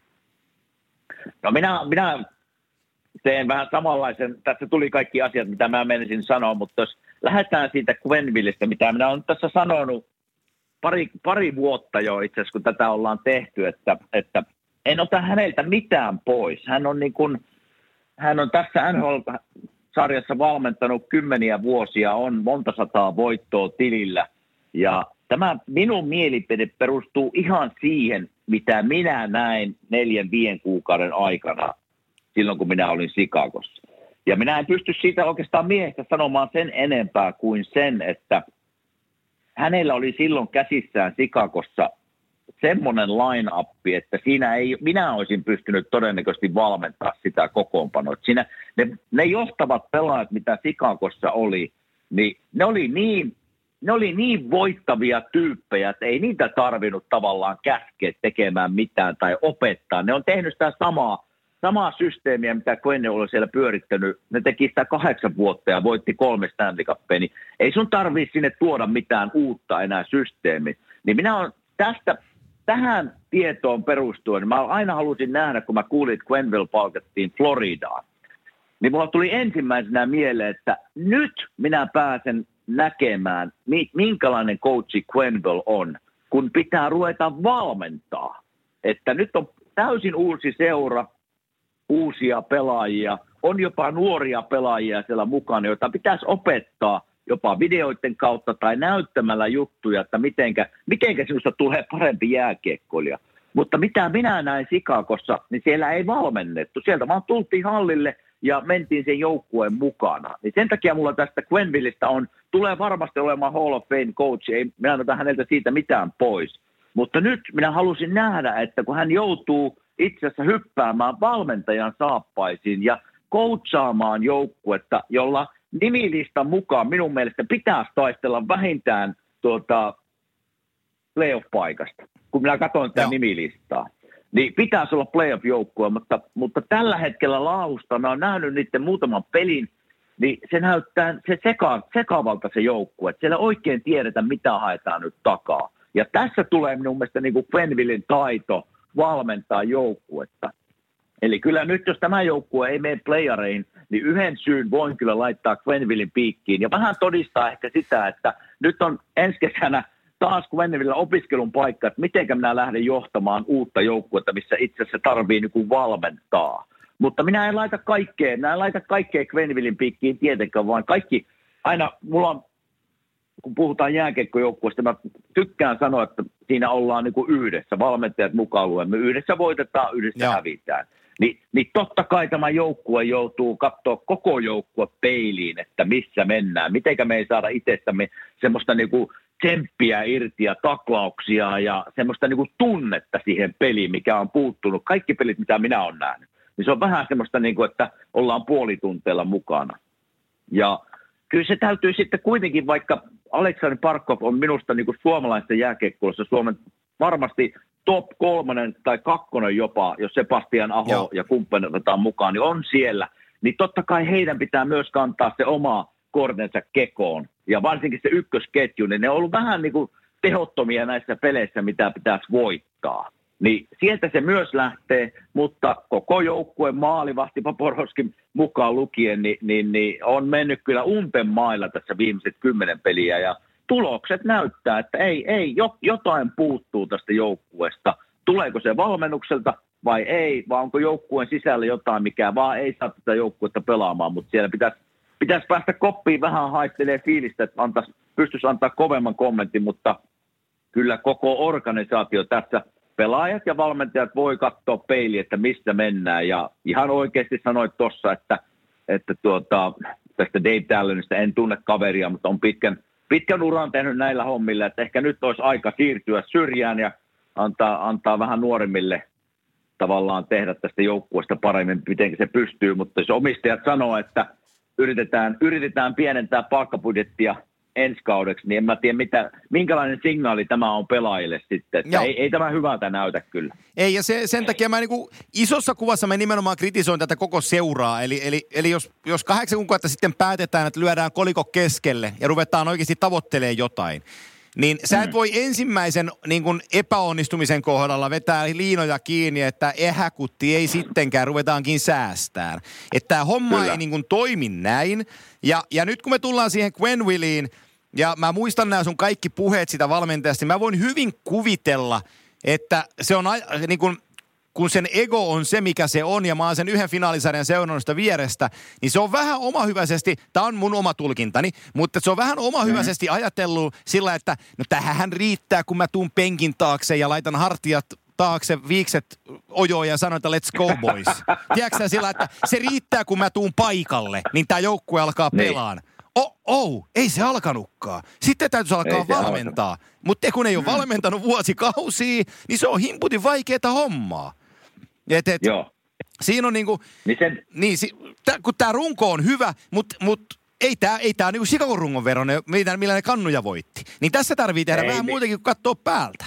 No minä, minä teen vähän samanlaisen, tässä tuli kaikki asiat, mitä mä menisin sanoa, mutta jos lähdetään siitä Quennevillestä, mitä minä olen tässä sanonut, Pari, pari vuotta jo itse asiassa, kun tätä ollaan tehty, että, että en ota häneltä mitään pois. Hän on, niin kuin, hän on tässä N H L-sarjassa valmentanut kymmeniä vuosia, on monta sataa voittoa tilillä. Ja tämä minun mielipide perustuu ihan siihen, mitä minä näin neljän, viiden kuukauden aikana silloin, kun minä olin Chicagossa. Ja minä en pysty siitä oikeastaan miehestä sanomaan sen enempää kuin sen, että hänellä oli silloin käsissään Chicagossa semmoinen line-up, että siinä ei, minä olisin pystynyt todennäköisesti valmentaa sitä kokoonpanoa. Siinä ne, ne johtavat pelaajat, mitä Chicagossa oli, niin ne oli niin, ne oli niin voittavia tyyppejä, että ei niitä tarvinnut tavallaan käskeä tekemään mitään tai opettaa. Ne on tehnyt sitä samaa, samaa systeemiä, mitä Quenneville oli siellä pyörittänyt. Ne teki sitä kahdeksan vuotta ja voitti kolme Stanley Cupia, niin ei sun tarvitse sinne tuoda mitään uutta enää systeemiä. Niin minä olen tästä, tähän tietoon perustuen, mä aina halusin nähdä, kun mä kuulin, että Quenneville palkattiin Floridaan, niin mulla tuli ensimmäisenä mieleen, että nyt minä pääsen näkemään, minkälainen coachi Quenneville on, kun pitää ruveta valmentaa. Että nyt on täysin uusi seura, uusia pelaajia, on jopa nuoria pelaajia siellä mukana, joita pitäisi opettaa jopa videoiden kautta tai näyttämällä juttuja, että mitenkä, mitenkä sinusta tulee parempi jääkiekkoilija. Mutta mitä minä näin Chicagossa, niin siellä ei valmennettu. Sieltä vaan tultiin hallille ja mentiin sen joukkueen mukana. Niin sen takia mulla tästä Quennevillestä on, tulee varmasti olemaan Hall of Fame coach, ei minä ota häneltä siitä mitään pois. Mutta nyt minä halusin nähdä, että kun hän joutuu itse asiassa hyppäämään valmentajan saappaisiin ja coachaamaan joukkuetta, jolla nimilistan mukaan minun mielestä pitäisi taistella vähintään tuota playoff-paikasta, kun minä katson tätä nimilistaa. niin pitäisi olla playoff-joukkue, mutta, mutta tällä hetkellä laahusta, mä oon nähnyt niiden muutaman pelin, niin se näyttää se seka, sekaavalta se joukkue, että siellä oikein tiedetä, mitä haetaan nyt takaa. Ja tässä tulee minun mielestä niin kuin Quennevillin taito valmentaa joukkuetta. Eli kyllä nyt, jos tämä joukkue ei mene playareihin, niin yhden syyn voin kyllä laittaa Quennevillin piikkiin. Ja vähän todistaa ehkä sitä, että nyt on ensi kesänä taas Quennevillillä opiskelun paikka, että mitenkä minä lähden johtamaan uutta joukkuetta, missä itse asiassa tarvii niin kuin valmentaa. Mutta minä en laita kaikkea, minä en laita kaikkea Quennevillin piikkiin tietenkään, vaan kaikki, aina mulla on, kun puhutaan jääkiekkojoukkueesta, mä tykkään sanoa, että siinä ollaan niin kuin yhdessä, valmentajat mukaan luen, me yhdessä voitetaan, yhdessä Joo. hävitään. Ni, niin totta kai tämä joukkue joutuu katsoa koko joukkue peiliin, että missä mennään, mitenkä me ei saada itsestämme semmoista niin kuin tsemppiä irti ja taklauksia ja semmoista niin kuin tunnetta siihen peliin, mikä on puuttunut. Kaikki pelit, mitä minä olen nähnyt. Niin se on vähän semmoista, niin kuin, että ollaan puolitunteella mukana. Ja kyllä se täytyy sitten kuitenkin, vaikka Aleksandr Barkov on minusta niin kuin suomalaisten jääkiekkoilussa Suomen varmasti top kolmonen tai kakkonen jopa, jos Sebastian Aho Joo. ja kumppanit otetaan mukaan, niin on siellä. Niin totta kai heidän pitää myös kantaa se oma kortensa kekoon. Ja varsinkin se ykkösketju, niin ne on ollut vähän niin kuin tehottomia näissä peleissä, mitä pitäisi voittaa. Niin sieltä se myös lähtee, mutta koko joukkueen maalivahti Paporoskin mukaan lukien, niin, niin, niin on mennyt kyllä umpen mailla tässä viimeiset kymmenen peliä. Ja tulokset näyttää, että ei, ei, jotain puuttuu tästä joukkueesta. Tuleeko se valmennukselta vai ei, vai onko joukkueen sisällä jotain, mikä vaan ei saa tätä joukkuetta pelaamaan, mutta siellä pitäisi, pitäisi päästä koppiin vähän haistelee fiilistä, että antaisi, pystyisi antaa kovemman kommentin, mutta kyllä koko organisaatio tässä, pelaajat ja valmentajat voi katsoa peiliin, että mistä mennään, ja ihan oikeasti sanoit tuossa, että, että tuota, tästä Dave Talonista en tunne kaveria, mutta on pitkän, pitkän uran tehnyt näillä hommilla, että ehkä nyt olisi aika siirtyä syrjään ja antaa, antaa vähän nuoremmille tavallaan tehdä tästä joukkueesta paremmin, miten se pystyy, mutta jos omistajat sanoo, että yritetään, yritetään pienentää palkkabudjettia ensi kaudeksi, niin en mä tiedä, mitä, minkälainen signaali tämä on pelaajille sitten. Että ei, ei tämä hyvältä näytä kyllä. Ei, ja se, sen takia mä niinku, isossa kuvassa mä nimenomaan kritisoin tätä koko seuraa. Eli, eli, eli jos, jos kahdeksan kuukautta sitten päätetään, että lyödään koliko keskelle ja ruvetaan oikeasti tavoittelemaan jotain, niin sä et voi ensimmäisen niin kun epäonnistumisen kohdalla vetää liinoja kiinni, että ehäkutti ei sittenkään, ruvetaankin säästään. Että tämä homma Kyllä. ei niin kun toimi näin. Ja, ja nyt kun me tullaan siihen Quennevillin, ja mä muistan nämä sun kaikki puheet sitä valmentajasta, niin mä voin hyvin kuvitella, että se on niin kun, kun sen ego on se, mikä se on, ja mä oon sen yhden finaalisarjan seurannut sitä vierestä, niin se on vähän omahyväisesti, tää on mun oma tulkintani, mutta se on vähän omahyväisesti ajatellut sillä, että no tähän riittää, kun mä tuun penkin taakse ja laitan hartiat taakse, viikset ojoon ja sanon, että let's go boys. Tiedätkö sillä, että se riittää, kun mä tuun paikalle, niin tää joukkue alkaa pelaan. Oh, oh, ei se alkanutkaan. Sitten täytyisi alkaa valmentaa. Mutta kun ei ole valmentanut vuosikausia, niin se on himputin vaikeaa hommaa. Et, et, Joo. Siinä on niinku, niin sen... niin, si, tä, kun tää runko on hyvä, mutta mut, ei tää, ei tää niinku Chicagon rungon veronen, millä ne kannuja voitti. Niin tässä tarvii tehdä ei, vähän niin. muutenkin kuin katsoa päältä.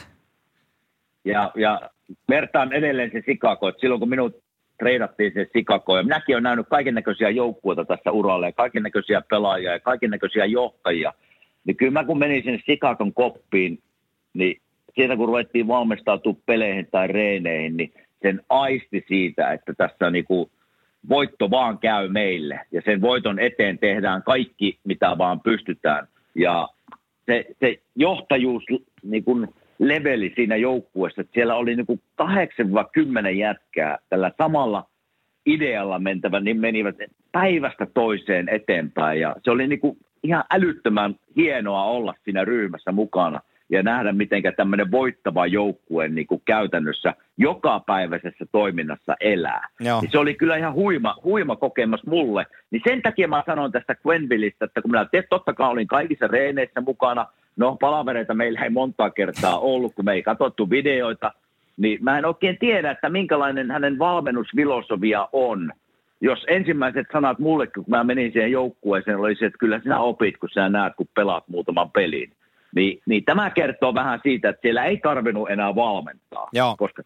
Ja, ja vertaan edelleen se Chicago, että silloin kun minut treidattiin se Chicago, ja minäkin olen nähnyt kaikennäköisiä joukkueita tässä uralla, ja kaikennäköisiä pelaajia, ja kaikennäköisiä johtajia, niin kyllä mä kun menin sinne Chicagon koppiin, niin sieltä kun ruvettiin valmistautua peleihin tai reeneihin, niin sen aisti siitä, että tässä niinku voitto vaan käy meille, ja sen voiton eteen tehdään kaikki, mitä vaan pystytään, ja se, se johtajuus niin kuin leveli siinä joukkueessa, että siellä oli niinku kahdeksan kymmenen jätkää tällä samalla idealla mentävä, niin menivät päivästä toiseen eteenpäin, ja se oli niinku ihan älyttömän hienoa olla siinä ryhmässä mukana ja nähdä, miten tämmöinen voittava joukkue niinku käytännössä jokapäiväisessä toiminnassa elää. Niin se oli kyllä ihan huima, huima kokemus mulle. Niin sen takia mä sanon tästä Quennevillistä, että kun minä te, totta kai olin kaikissa reeneissä mukana, no palavereita meillä ei montaa kertaa ollut, kun me ei katsottu videoita, niin mä en oikein tiedä, että minkälainen hänen valmennusfilosofia on. Jos ensimmäiset sanat mulle, kun mä menin siihen joukkueeseen, oli se, että kyllä sinä opit, kun sä näet, kun pelaat muutaman pelin. Niin, niin tämä kertoo vähän siitä, että siellä ei tarvinnut enää valmentaa. Joo. Koska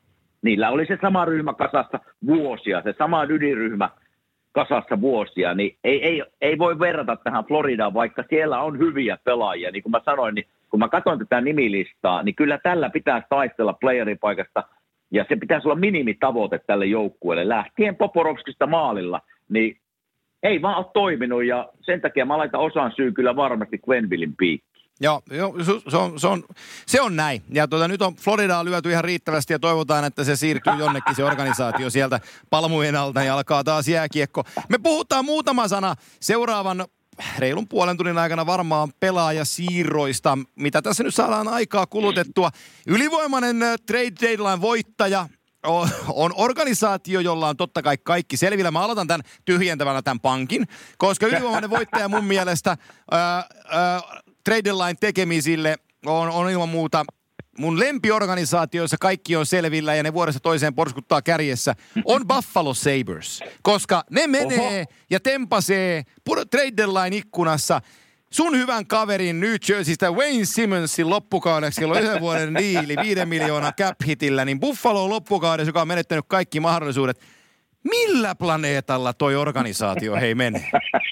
niillä oli se sama ryhmä kasassa vuosia, se sama ydinryhmä kasassa vuosia, niin ei, ei, ei voi verrata tähän Floridaan, vaikka siellä on hyviä pelaajia. Niin kuin mä sanoin, niin kun mä katson tätä nimilistaa, niin kyllä tällä pitää taistella playeripaikasta, ja se pitäisi olla minimitavoite tälle joukkueelle. Lähtien Poporovskista maalilla, niin ei vaan ole toiminut, ja sen takia mä laitan osan syy kyllä varmasti Quennevillin piikkiin. Joo, jo, se, on, se, on, se on näin. Ja tuota, nyt on Floridaa lyöty ihan riittävästi ja toivotaan, että se siirtyy jonnekin se organisaatio sieltä palmujen alta ja alkaa taas jääkiekko. Me puhutaan muutama sana seuraavan reilun puolen tunnin aikana varmaan pelaajasiirroista, mitä tässä nyt saadaan aikaa kulutettua. Ylivoimainen trade deadline voittaja on organisaatio, jolla on totta kai kaikki selvillä. Mä aloitan tämän tyhjentävänä tämän pankin, koska ylivoimainen voittaja mun mielestä ää, ää, trade deadline tekemisille on, on ilman muuta mun lempiorganisaatio, jossa kaikki on selvillä ja ne vuodesta toiseen porskuttaa kärjessä, on Buffalo Sabres. Koska ne menee Oho. ja tempasee trade deadline ikkunassa sun hyvän kaverin New Jerseystä Wayne Simmonsin loppukaudeksi, jolla on yhden vuoden diili, viiden miljoonan cap-hitillä, niin Buffalo on loppukaudessa, joka on menettänyt kaikki mahdollisuudet. Millä planeetalla toi organisaatio hei menee?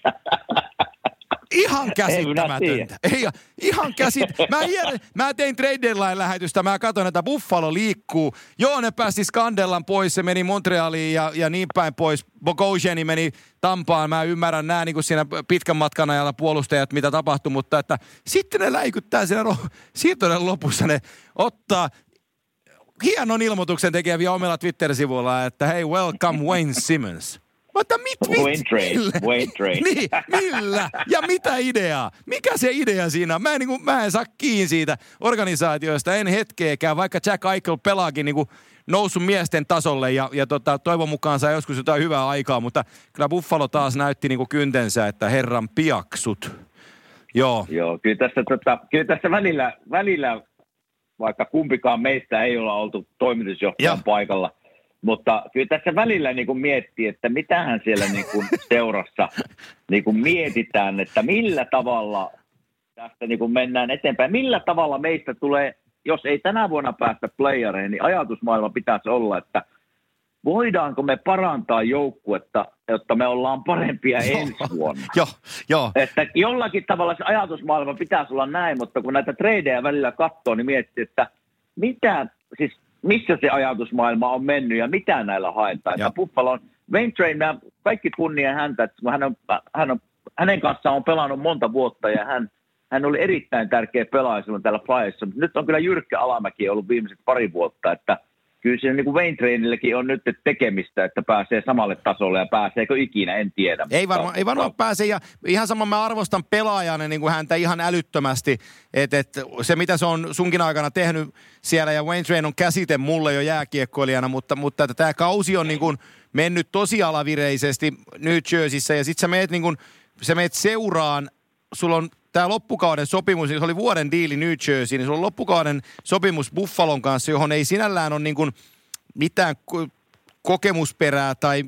Ihan käsittämätöntä. Ei, ihan käsit... Mä, hier... mä tein trade deadline-lähetystä, mä katson, että Buffalo liikkuu. Joo, ne päästi Skandellan pois, se meni Montrealiin ja, ja niin päin pois. Bogosiani meni Tampaan, mä ymmärrän nää niin kuin siinä pitkän matkan ajalla puolustajat, mitä tapahtui, mutta että sitten ne läikyttää siinä ro... siirtoiden lopussa, ne ottaa hienon ilmoituksen tekee vielä omilla Twitter-sivuilla, että hei, welcome Wayne Simmons. Mutta mit, mit, Wayne Trade, Wayne Trade. Niin, millä? Ja mitä ideaa? Mikä se idea siinä on? Mä en, niin kuin, mä en saa kiinni siitä organisaatioista, en hetkeäkään, vaikka Jack Eichel pelaakin niin kuin noussut miesten tasolle ja, ja tota, toivon mukaan saa joskus jotain hyvää aikaa, mutta kyllä Buffalo taas näytti niin kuin kyntensä, että herran piaksut. Joo. Joo, kyllä tässä, tota, kyllä tässä välillä, välillä, vaikka kumpikaan meistä ei olla oltu toimitusjohtajan ja. paikalla, mutta kyllä tässä välillä niin kuin miettii, että mitähän siellä niin kuin seurassa niin kuin mietitään, että millä tavalla tästä niin kuin mennään eteenpäin. Millä tavalla meistä tulee, jos ei tänä vuonna päästä playereihin, niin ajatusmaailma pitäisi olla, että voidaanko me parantaa joukkuetta, jotta me ollaan parempia ensi vuonna. Joo, joo. Että jollakin tavalla se ajatusmaailma pitäisi olla näin, mutta kun näitä tradeja välillä katsoo, niin miettii, että mitä, siis missä se ajatusmaailma on mennyt ja mitä näillä haetaan. Että Buffalo on, Wayne Train, kaikki kunnia häntä, että hän on, hän on, hänen kanssaan on pelannut monta vuotta ja hän, hän oli erittäin tärkeä pelaaja silloin täällä Flyerissa. Nyt on kyllä jyrkkä alamäki ollut viimeiset pari vuotta, että kyllä siinä niin kuin Wayne Trainillekin on nyt tekemistä, että pääsee samalle tasolle ja pääseekö ikinä, en tiedä. Ei varmaan ei varmaan pääse ja ihan sama mä arvostan pelaajana niin kuin häntä ihan älyttömästi, että et se mitä se on sunkin aikana tehnyt siellä ja Wayne Train on käsite mulle jo jääkiekkoilijana, mutta, mutta että tämä kausi on niin kuin mennyt tosi alavireisesti New Jerseyssä ja sit sä meet, niin kuin, sä meet seuraan, sulla on tämä loppukauden sopimus, se oli vuoden diili New Jersey, niin se on loppukauden sopimus Buffalon kanssa, johon ei sinällään ole niin kuin mitään kokemusperää tai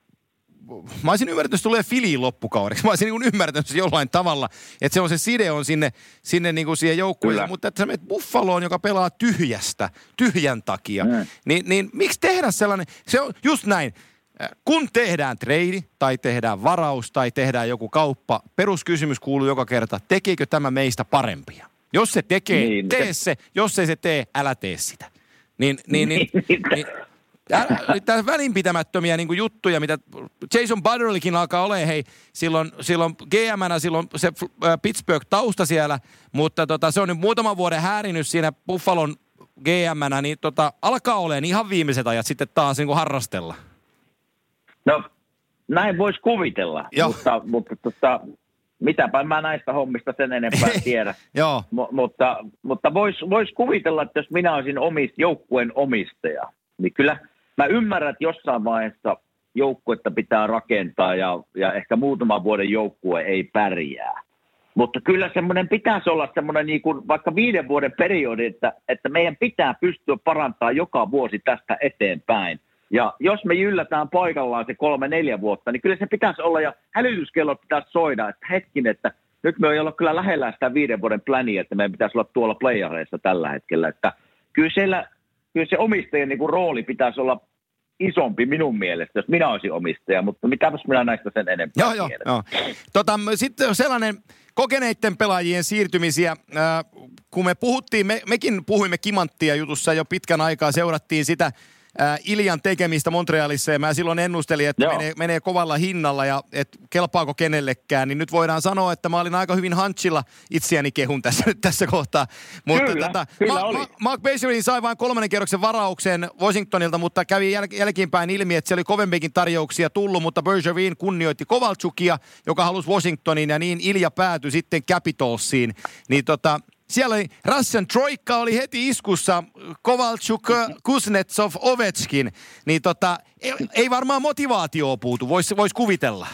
mä olisin ymmärtänyt, että se tulee Filiin loppukaudeksi. Mä olisin niin kuin ymmärtänyt se jollain tavalla, että se on se side on sinne, sinne niin kuin siihen joukkueeseen, mutta että sä menet Buffaloon, joka pelaa tyhjästä, tyhjän takia, mm. niin, niin miksi tehdä sellainen, se on just näin. Kun tehdään trade tai tehdään varaus tai tehdään joku kauppa, peruskysymys kuuluu joka kerta, tekeekö tämä meistä parempia? Jos se tekee, niin, tee se. Jos ei se tee, älä tee sitä. Niin, niin, niin, niin tämä välinpitämättömiä niin kuin juttuja, mitä Jason Butterillakin alkaa olemaan, hei, silloin, silloin G M:nä, silloin se äh, Pittsburgh-tausta siellä, mutta tota, se on nyt muutaman vuoden häärinyt siinä Buffalon G M:nä, niin tota, alkaa olemaan ihan viimeiset ajat sitten taas niin kuin harrastella. No, näin voisi kuvitella, Joo. mutta, mutta tota, mitäpä mä näistä hommista sen enempää tiedä. Joo. M- mutta mutta voisi vois kuvitella, että jos minä olisin omist, joukkueen omistaja, niin kyllä mä ymmärrän, että jossain vaiheessa joukkuetta pitää rakentaa ja, ja ehkä muutaman vuoden joukkue ei pärjää. Mutta kyllä semmoinen pitäisi olla semmoinen niin kuin vaikka viiden vuoden periodi, että, että meidän pitää pystyä parantamaan joka vuosi tästä eteenpäin. Ja jos me jyllätään paikallaan se kolme, neljä vuotta, niin kyllä se pitäisi olla ja hälytyskellot pitäisi soida, että hetkin, että nyt me ei olla kyllä lähellä sitä viiden vuoden pläniä, että meidän pitäisi olla tuolla playareissa tällä hetkellä. Että kyllä siellä kyllä se omistajan niin kuin rooli pitäisi olla isompi minun mielestä, jos minä olisin omistaja, mutta mitäpäs minä näistä sen enempää Joo, joo, joo. Tota, sitten sellainen kokeneiden pelaajien siirtymisiä, äh, kun me puhuttiin, me, mekin puhuimme Kimanttia jutussa jo pitkän aikaa, seurattiin sitä äh, Iljan tekemistä Montrealissa ja mä silloin ennustelin, että menee, menee kovalla hinnalla ja että kelpaako kenellekään, niin nyt voidaan sanoa, että mä olin aika hyvin hanchilla itseäni kehun tässä, tässä kohtaa. Mutta kyllä, tota, kyllä Ma- oli. Ma- Mark Bergevin sai vain kolmannen kierroksen varauksen Washingtonilta, mutta kävi jäl- jälkeenpäin ilmi, että siellä oli kovempikin tarjouksia tullut, mutta Bergevin kunnioitti Kovalchukia, joka halusi Washingtoniin ja niin Ilja päätyi sitten Capitalsiin. Niin tota, siellä oli Russian Troikka oli heti iskussa, Kovalchuk, Kuznetsov, Ovechkin. Niin tota, ei, ei varmaan motivaatioon puutu, voisi vois kuvitella.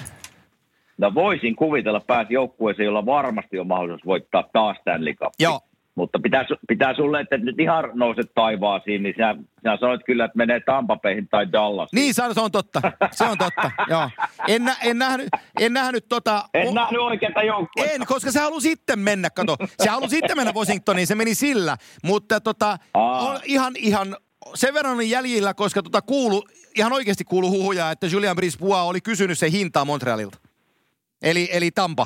No voisin kuvitella pääsi joukkueeseen, jolla varmasti on mahdollisuus voittaa taas Stanley Cup. Joo. Mutta pitää, pitää sulle, että nyt ihan nouset taivaasiin, niin sä, sä sanoit kyllä, että menee Tampa Bayhin tai Dallasiin. Niin, se on totta. Se on totta, joo. En, nä, en, nähnyt, en nähnyt tota... En nähnyt oikeata joukkuetta. En, koska se halusi sitten mennä, kato. Se halusi sitten mennä Washingtoniin, se meni sillä. Mutta tota, on ihan, ihan sen verran on jäljillä, koska tota kuulu, ihan oikeasti kuulu huhuja, että Julien Brisebois oli kysynyt sen hintaa Montrealilta. Eli, eli Tampa.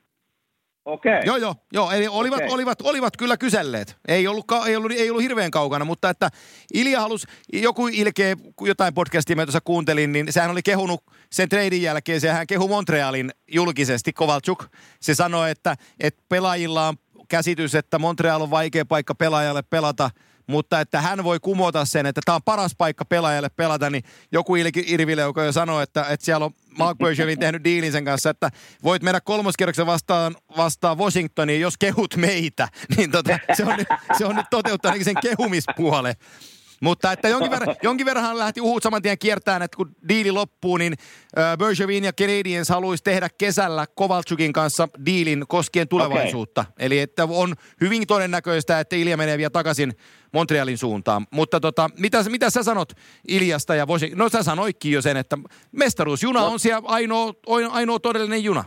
Okei. Okay. Joo, joo, joo. Eli olivat, okay. olivat, olivat kyllä kyselleet. Ei ollut, ei, ollut, ei ollut hirveän kaukana, mutta että Ilja halusi, joku ilkeä, jotain podcastia mä tuossa kuuntelin, niin sehän oli kehunut sen treidin jälkeen, sehän kehui Montrealin julkisesti, Kovalchuk. Se sanoi, että, että pelaajilla on käsitys, että Montreal on vaikea paikka pelaajalle pelata, mutta että hän voi kumota sen, että tämä on paras paikka pelaajalle pelata, niin joku Irvileuko jo sanoi, että, että siellä on Mark Bergevin tehnyt diilin sen kanssa, että voit mennä kolmoskierroksen vastaan, vastaan Washingtoniin, jos kehut meitä. Niin tota, se, on nyt, se on nyt toteuttanut sen kehumispuolen. Mutta että jonkin verran, jonkin verran hän lähti uhut saman tien kiertämään, että kun diili loppuu, niin äh, Bergevin ja Canadiens haluaisi tehdä kesällä Kovalchukin kanssa diilin koskien tulevaisuutta. Okay. Eli että on hyvin todennäköistä, että Ilja menee vielä takaisin Montrealin suuntaan. Mutta tota, mitä, mitä sä sanot Iljasta ja Washington? No sä sanoitkin jo sen, että mestaruusjuna on siellä ainoa, ainoa todellinen juna.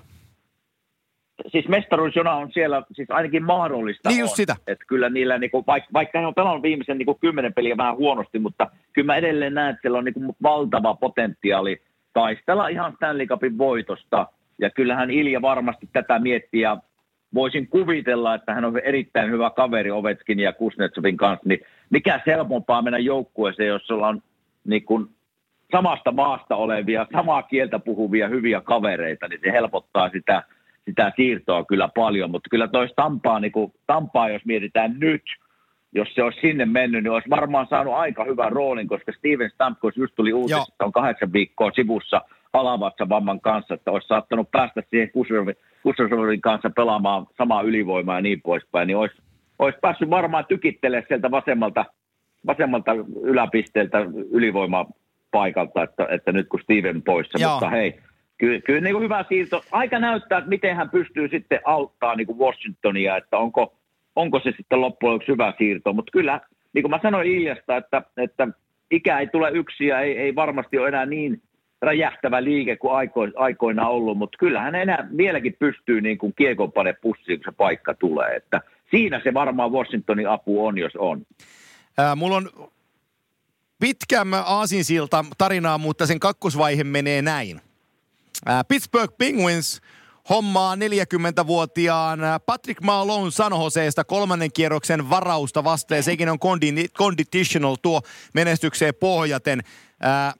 Siis mestaruusjuna on siellä siis ainakin mahdollista. Niin just on. sitä. Että kyllä niillä, niinku, vaikka, vaikka he on pelannut viimeisen niinku, kymmenen peliä vähän huonosti, mutta kyllä mä edelleen näen, että siellä on niinku, valtava potentiaali taistella ihan Stanley Cupin voitosta. Ja kyllähän Ilja varmasti tätä miettii ja voisin kuvitella, että hän on erittäin hyvä kaveri Ovechkin ja Kuznetsovin kanssa. Niin mikä helpompaa mennä joukkueeseen, jos ollaan niinku, samasta maasta olevia, samaa kieltä puhuvia hyviä kavereita, niin se helpottaa sitä sitä siirtoa kyllä paljon, mutta kyllä toi Tampaa, niin kuin, Tampaa, jos mietitään nyt, jos se olisi sinne mennyt, niin olisi varmaan saanut aika hyvän roolin, koska Steven Stamkos just tuli uutisesta, että on kahdeksan viikkoa sivussa alavatsa-vamman kanssa, että olisi saattanut päästä siihen Kuznetsovin kanssa pelaamaan samaa ylivoimaa ja niin poispäin, niin olisi, olisi päässyt varmaan tykittelemään sieltä vasemmalta, vasemmalta yläpisteeltä ylivoimapaikalta, että, että nyt kun Steven poissa, Joo. mutta hei, Kyllä, kyllä niin kuin hyvä siirto. Aika näyttää, että miten hän pystyy sitten auttamaan niin kuin Washingtonia, että onko, onko se sitten loppujen lopuksi hyvä siirto. Mutta kyllä, niin kuin mä sanoin Iljasta, että, että ikä ei tule yksi ja ei, ei varmasti ole enää niin räjähtävä liike kuin aiko, aikoinaan ollut, mutta kyllä hän enää vieläkin pystyy niin kuin kiekon pane pussiin, kun se paikka tulee. Että siinä se varmaan Washingtonin apu on, jos on. Ää, mulla on pitkän aasinsilta tarinaa, mutta sen kakkosvaihe menee näin. Pittsburgh Penguins hommaa neljäkymmentävuotiaan Patrick Marleau San Joseesta kolmannen kierroksen varausta vastaan. Sekin on conditional tuo menestykseen pohjaten. Ää,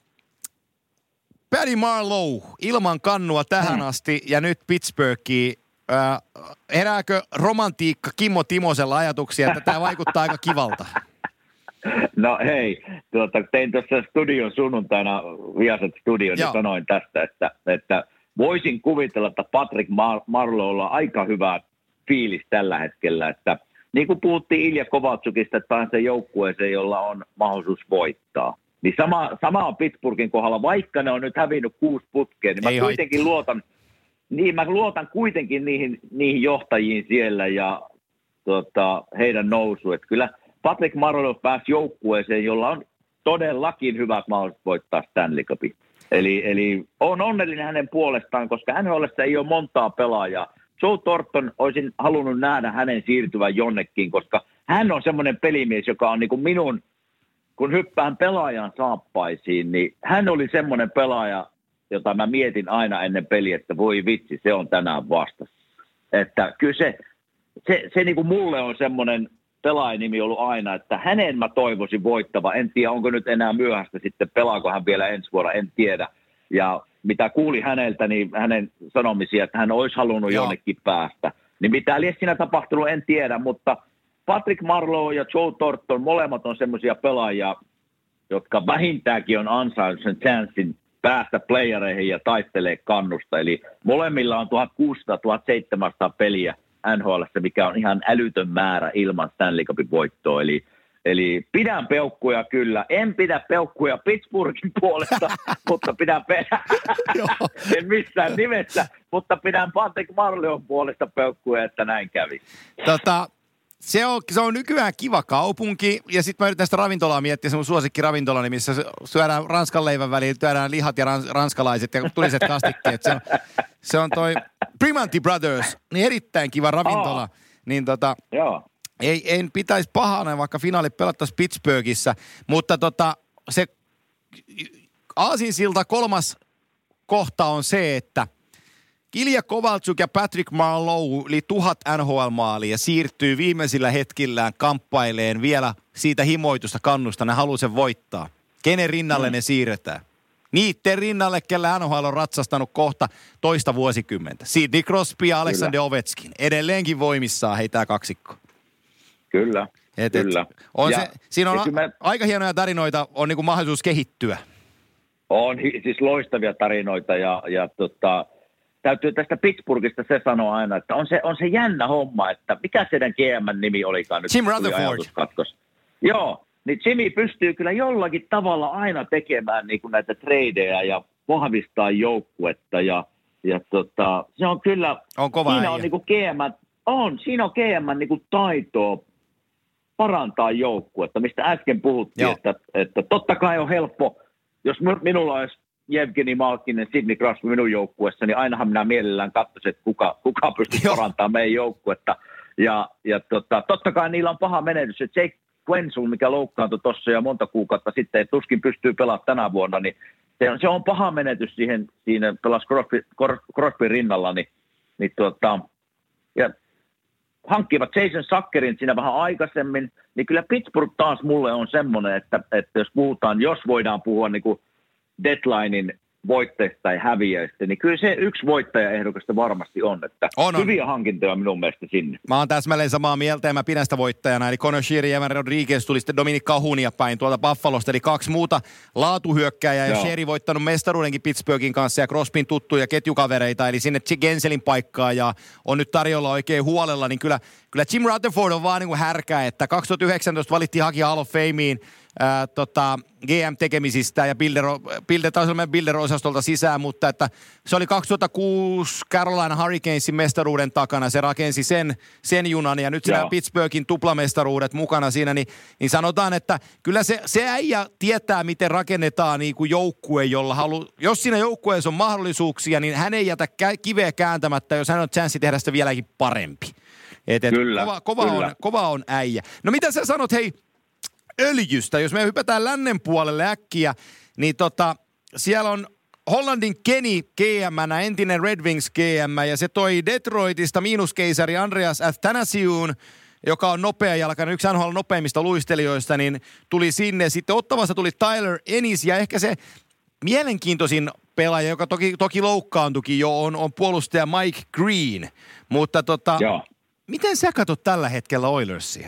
Paddy Marleau ilman kannua tähän hmm. asti ja nyt Pittsburghiin. Ää, herääkö romantiikka Kimmo Timosella ajatuksia, että tämä vaikuttaa aika kivalta? No hei, tuota, tein tuossa studion sunnuntaina, Viasat studion, ja sanoin tästä, että, että voisin kuvitella, että Patrick Mar- Marleaulla on aika hyvä fiilis tällä hetkellä, että niin kuin puhuttiin Ilja Kovalchukista, että on se joukkueeseen, jolla on mahdollisuus voittaa. Niin sama, sama on Pittsburghin kohdalla, vaikka ne on nyt hävinnyt kuusi putkeen, niin mä Ei kuitenkin haittaa. luotan, niin mä luotan kuitenkin niihin, niihin johtajiin siellä ja tota, heidän nousuun, että kyllä Patrick Marleau pääsi joukkueeseen, jolla on todellakin hyvät mahdollisuudet voittaa Stanley Cupin. Eli, eli on onnellinen hänen puolestaan, koska N H L:ssä ei ole montaa pelaajaa. Joe Thornton olisin halunnut nähdä hänen siirtyvän jonnekin, koska hän on semmoinen pelimies, joka on niin kuin minun kun hyppään pelaajan saappaisiin, niin hän oli semmoinen pelaaja, jota mä mietin aina ennen peliä, että voi vitsi, se on tänään vastassa. Että kyllä se, se, se niin kuin mulle on semmoinen pelaajanimi ollut aina, että hänen mä toivoisin voittava. En tiedä, onko nyt enää myöhäistä sitten, pelaako hän vielä ensi vuonna, en tiedä. Ja mitä kuuli häneltä, niin hänen sanomisia, että hän olisi halunnut Joo. jonnekin päästä. Niin mitä liian siinä tapahtunut, en tiedä, mutta Patrick Marleau ja Joe Thornton, molemmat on semmoisia pelaajia, jotka vähintäänkin on ansainnut sen chanssin päästä playereihin ja taistelee kannusta. Eli molemmilla on tuhatkuusisataa seitsemänsataa peliä N H L:ssä, mikä on ihan älytön määrä ilman Stanley Cupin voittoa. Eli, eli pidän peukkuja kyllä. En pidä peukkuja Pittsburghin puolesta, mutta pidän pe- en missään nimessä, mutta pidän Patrick Marleon puolesta peukkuja, että näin kävi. Tota... Se on, se on nykyään kiva kaupunki, ja sitten mä yritän sitä ravintolaa miettiä, se mun suosikki ravintolani, missä syödään ranskan leivän väliin, syödään lihat ja rans, ranskalaiset ja tuliset kastikkeet. Se on, se on toi Primanti Brothers, niin erittäin kiva ravintola. Oh. Niin tota, Joo. Ei, en pitäisi pahana, vaikka finaali pelattaisiin Pittsburghissa, mutta tota, se aasinsilta kolmas kohta on se, että Ilja Kovalchuk ja Patrick Marleau yli tuhat N H L-maalia siirtyy viimeisillä hetkillään kamppaileen vielä siitä himoitusta kannusta. Ne haluaa sen voittaa. Kenen rinnalle mm. ne siirretään? Niitten rinnalle, kellä N H L on ratsastanut kohta toista vuosikymmentä. Sidney Crosby ja Alexander Kyllä. Ovechkin. Edelleenkin voimissaan heitää kaksikko. Kyllä, et, kyllä. Et, on se, siinä on a, mä... aika hienoja tarinoita, on niinku mahdollisuus kehittyä. On siis loistavia tarinoita ja, ja tota... Täytyy tästä Pittsburghista se sanoa aina, että on se, on se jännä homma, että mikä sen G M:n nimi olikaan nyt? Jim Rutherford. Joo, niin Jimmy pystyy kyllä jollakin tavalla aina tekemään niin kuin näitä tradeja ja vahvistaa joukkuetta. Ja, ja tota, se on kyllä, on kova siinä äijä. on niin kuin G M, on, siinä on G M:n niin kuin taitoa parantaa joukkuetta, mistä äsken puhuttiin, että, että totta kai on helppo, jos minulla olisi Jevgeni Malkkinen, Sidney Crosby minun joukkueessa, niin ainahan minä mielellään katsoisin, että kuka, kuka pystyy parantamaan meidän joukkuetta. Ja, ja tota, totta kai niillä on paha menetys. Jake Quensul, mikä loukkaantui tuossa ja monta kuukautta sitten, että tuskin pystyy pelaamaan tänä vuonna, niin se on, se on paha menetys siihen, siinä pelasi Crosby, Crosby rinnalla. Niin, niin tota, ja hankkivat Jason Zuckerin siinä vähän aikaisemmin, niin kyllä Pittsburgh taas mulle on semmoinen, että, että jos puhutaan, jos voidaan puhua niin kuin deadlinein voitteista tai häviöistä, niin kyllä se yksi voittajaehdokasta varmasti on, että on, on. Hyviä hankintoja minun mielestä sinne. Mä oon täsmälleen samaa mieltä ja mä pidän sitä voittajana, eli Conor Sheary ja Evan Rodriguez tuli sitten Dominic Cahunia päin tuolta Buffalosta, eli kaksi muuta laatuhyökkääjää ja Sheary voittanut mestaruudenkin Pittsburghin kanssa ja Crosbyn tuttuja ketjukavereita, eli sinne Genselin paikkaa ja on nyt tarjolla oikein huolella, niin kyllä, kyllä Jim Rutherford on vaan niin kuin härkä, että kaksituhattayhdeksäntoista valittiin hakija Hall of Fameen, Ää, tota, G M-tekemisistä ja Builder, Builder, Builder-osastolta sisään, mutta että se oli kaksituhattakuusi Carolina Hurricanesin mestaruuden takana, se rakensi sen, sen junan ja nyt siinä Pittsburghin tuplamestaruudet mukana siinä, niin, niin sanotaan, että kyllä se, se äijä tietää, miten rakennetaan niin kuin joukkue, jolla halu, jos siinä joukkueessa on mahdollisuuksia, niin hän ei jätä kiveä kääntämättä, jos hän on chanssi tehdä sitä vieläkin parempi. Et, et kyllä, kova, kova, kyllä. On, kova on äijä. No mitä sä sanot, hei, öljystä, jos me hypätään lännen puolelle äkkiä, niin tota, siellä on Hollandin Kenny G M:nä, entinen Red Wings G M, ja se toi Detroitista miinuskeisari Andreas Athanasiun, joka on nopeajalkainen, yksi N H L nopeimmista luistelijoista, niin tuli sinne. Sitten Ottavasta tuli Tyler Ennis, ja ehkä se mielenkiintoisin pelaaja, joka toki, toki loukkaantukin jo, on, on puolustaja Mike Green. Mutta tota, miten sä katsot tällä hetkellä Oilersia?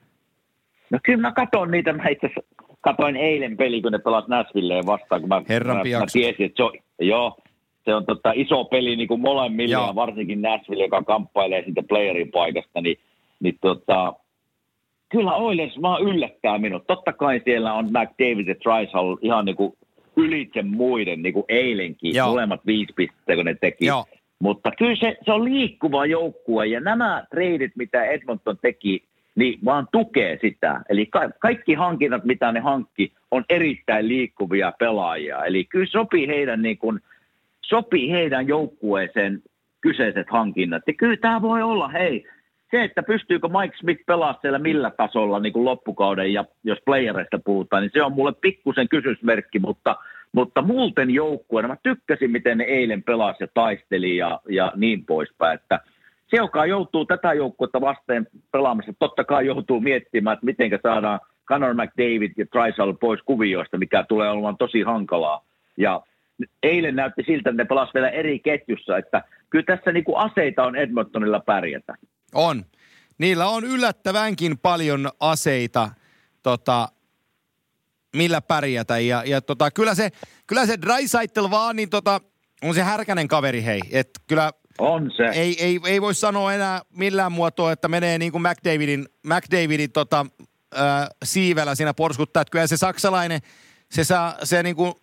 No kyllä mä katon niitä, mä itse katoin eilen peli, kun ne pelasivat Nashvilleen vastaan, kun mä, mä, mä tiesin, että se on, joo, se on tota iso peli niin kuin molemmille, ja varsinkin Nashville, joka kamppailee siitä playerin paikasta, niin, niin tota, kyllä Oilers vaan yllättää minut. Totta kai siellä on McDavid ja Draisaitl ihan niin kuin ylitse muiden, niin kuin eilenkin, joo. Molemmat viisi pistettä, kun ne teki. Joo. Mutta kyllä se, se on liikkuva joukkue, ja nämä treidit, mitä Edmonton teki, niin vaan tukee sitä. Eli ka- kaikki hankinnat, mitä ne hankki, on erittäin liikkuvia pelaajia. Eli kyllä sopii heidän, niin kuin, sopii heidän joukkueeseen kyseiset hankinnat. Ja kyllä tämä voi olla, hei, se, että pystyykö Mike Smith pelaamaan siellä millä tasolla niin kuin loppukauden, ja jos playereista puhutaan, niin se on mulle pikkusen kysymysmerkki, mutta, mutta muuten joukkueena mä tykkäsin, miten ne eilen pelasi ja taisteli ja, ja niin poispäin, että se, joka joutuu tätä joukkuetta vastaan pelaamassa, totta kai joutuu miettimään, että miten saadaan Connor McDavid ja Draisaitl pois kuvioista, mikä tulee olemaan tosi hankalaa. Ja eilen näytti siltä, että ne pelasivat vielä eri ketjussa, että kyllä tässä niin kuin aseita on Edmontonilla pärjätä. On. Niillä on yllättävänkin paljon aseita, tota, millä pärjätä. Ja, ja tota, kyllä se, kyllä se Draisaitl vaan, niin tota, on se härkänen kaveri, hei. Et kyllä on se. Ei, ei, ei voi sanoa enää millään muotoa, että menee niin kuin McDavidin, McDavidin tota, äh, siivellä siinä porskuttaa. Että kyllä se saksalainen, se saa, se niin kuin,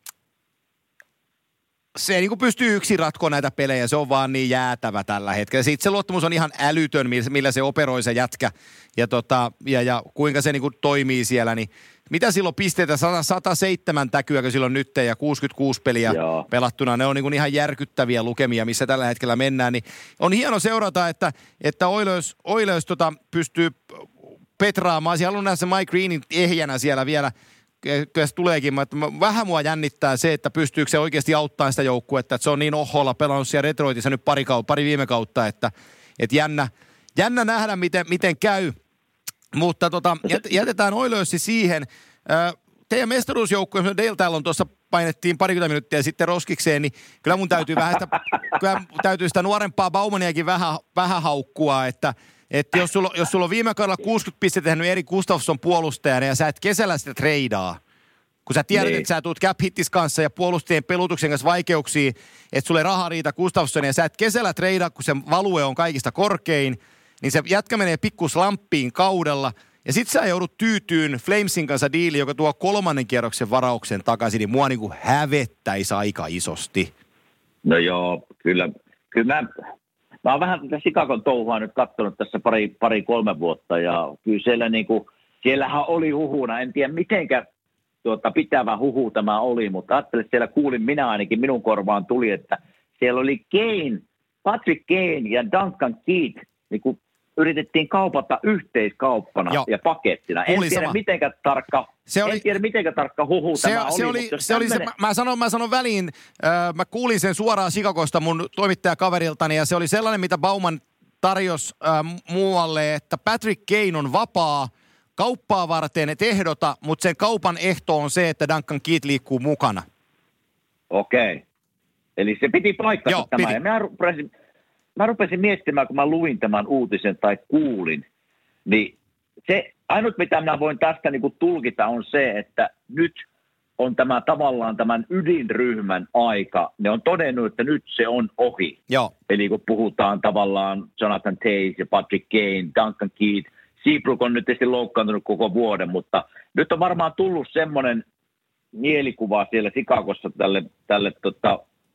se niin kuin pystyy yksin ratkoa näitä pelejä, se on vaan niin jäätävä tällä hetkellä. Sitten se luottamus on ihan älytön, millä se operoi se jätkä ja, tota, ja, ja kuinka se niin kuin toimii siellä. Niin mitä silloin pisteitä? sata, sata seitsemän täkyäkö silloin nyt ja kuusikymmentäkuusi peliä Joo. pelattuna. Ne on niin kuin ihan järkyttäviä lukemia, missä tällä hetkellä mennään. Niin on hieno seurata, että, että Oilers, Oilers tota, pystyy petraamaan. Siellä haluan nähdä se Mike Greenin ehjänä siellä vielä. Kyllä se tuleekin, mutta vähän mua jännittää se, että pystyykö se oikeasti auttamaan sitä joukkuetta, että se on niin oholla pelannut siellä Detroitissa nyt pari, kau- pari viime kautta, että, että jännä, jännä nähdä, miten, miten käy. Mutta tota, jätetään Oilersi siihen. Teidän mestaruusjoukkue, Dale täällä on tuossa painettiin parikymmentä minuuttia sitten roskikseen, niin kyllä mun täytyy vähän sitä, kyllä täytyy sitä nuorempaa Baumaniakin vähän, vähän haukkua, että Että jos sulla, jos sulla on viime kaudella kuusikymmentä pistettä tehnyt Erik Gustafsson puolustajana ja sä et kesällä sitä treidaa, kun sä tiedät, niin. että sä tuut cap hittis kanssa ja puolustajien pelutuksen kanssa vaikeuksia, että sulle raha riitä Gustafsson ja sä et kesällä treidaa, kun se value on kaikista korkein, niin se jätkä menee pikkus lamppiin kaudella ja sit sä joudut tyytyyn Flamesin kanssa diili, joka tuo kolmannen kierroksen varauksen takaisin, niin mua niinku hävettäisi aika isosti. No joo, kyllä, kyllä mä... Mä oon vähän tätä Chicagon touhua nyt katsonut tässä pari, pari kolme vuotta ja kyllä siellä niinku, siellähän oli huhuna, en tiedä mitenkä tuota, pitävä huhu tämä oli, mutta ajattelin, että siellä kuulin minä ainakin, minun korvaan tuli, että siellä oli Kane, Patrick Kane ja Duncan Keith, niinku yritettiin kaupata yhteiskauppana Joo. ja pakettina. En tiedä mitenkä tarkka, se oli, en tiedä mitenkä tarkka huhu se, tämä se oli. oli, se oli se, mä, mä, sanon, mä sanon väliin, äh, mä kuulin sen suoraan Chicagosta mun toimittajakaveriltani ja se oli sellainen, mitä Bauman tarjosi äh, muualle, että Patrick Kane on vapaa kauppaa varten, et ehdota, mutta sen kaupan ehto on se, että Duncan Keith liikkuu mukana. Okei. Okay. Eli se piti paikkansa Joo, tämä. piti. Ja mä rupesin, mä rupesin miettimään, kun mä luin tämän uutisen tai kuulin, niin se ainut, mitä minä voin tästä niin kuin tulkita, on se, että nyt on tämä tavallaan tämän ydinryhmän aika. Ne on todennut, että nyt se on ohi. Joo. Eli kun puhutaan tavallaan Jonathan Toews ja Patrick Kane, Duncan Keith, Seabrook on nyt tietysti loukkaantunut koko vuoden, mutta nyt on varmaan tullut semmoinen mielikuva siellä Chicagossa tälle, tälle tota,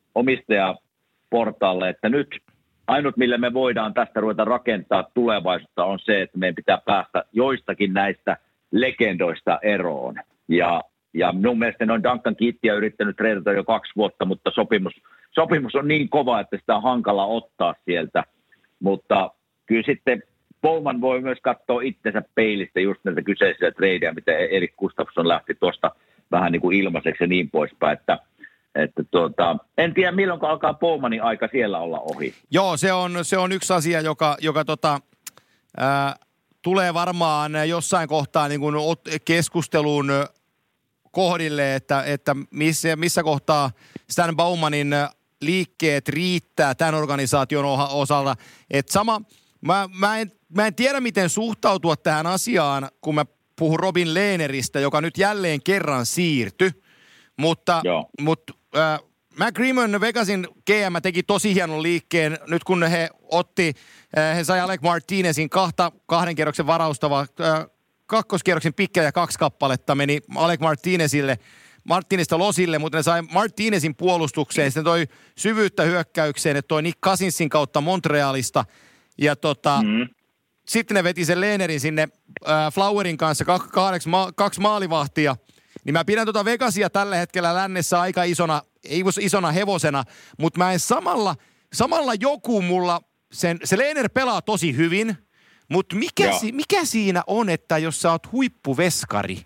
omistajaportaalle, että nyt ainut, millä me voidaan tästä ruveta rakentaa tulevaisuutta, on se, että meidän pitää päästä joistakin näistä legendoista eroon. Ja, ja minun mielestä ne on Duncan Keithia yrittänyt treidata jo kaksi vuotta, mutta sopimus, sopimus on niin kova, että sitä on hankala ottaa sieltä. Mutta kyllä sitten Bowman voi myös katsoa itsensä peilistä just näitä kyseisiä treidejä, mitä Erik Gustafsson lähti tuosta vähän niin kuin ilmaiseksi ja niin poispäin, että Että tuota, en tiedä, milloin alkaa Bowmanin aika siellä olla ohi. Joo, se on, se on yksi asia, joka, joka tota, ää, tulee varmaan jossain kohtaa niin kuin keskustelun kohdille, että, että missä, missä kohtaa Stan Bowmanin liikkeet riittää tämän organisaation osalta. Et sama, mä, mä, en, mä en tiedä, miten suhtautua tähän asiaan, kun mä puhun Robin Lehneristä, joka nyt jälleen kerran siirtyi. Mutta, mutta äh, McGrimmon Vegasin G M teki tosi hienon liikkeen nyt kun he otti, äh, he sai Alec Martinezin kahta, kahden kierroksen varausta, äh, kakkoskierroksen pikkejä kaksi kappaletta meni Alec Martinezille, Martinezista Losille, mutta ne sai Martinezin puolustukseen, sitten toi syvyyttä hyökkäykseen, että toi Nick Cousinsin kautta Montrealista ja tota, mm. sitten ne veti sen Lehnerin sinne äh, Flowerin kanssa kaksi, ma- kaksi maalivahtia. Niin mä pidän tuota Vegasia tällä hetkellä lännessä aika isona, ei isona hevosena, mutta mä en samalla, samalla joku mulla sen, se Lehner pelaa tosi hyvin, mutta mikä, si, mikä siinä on, että jos sä oot huippuveskari,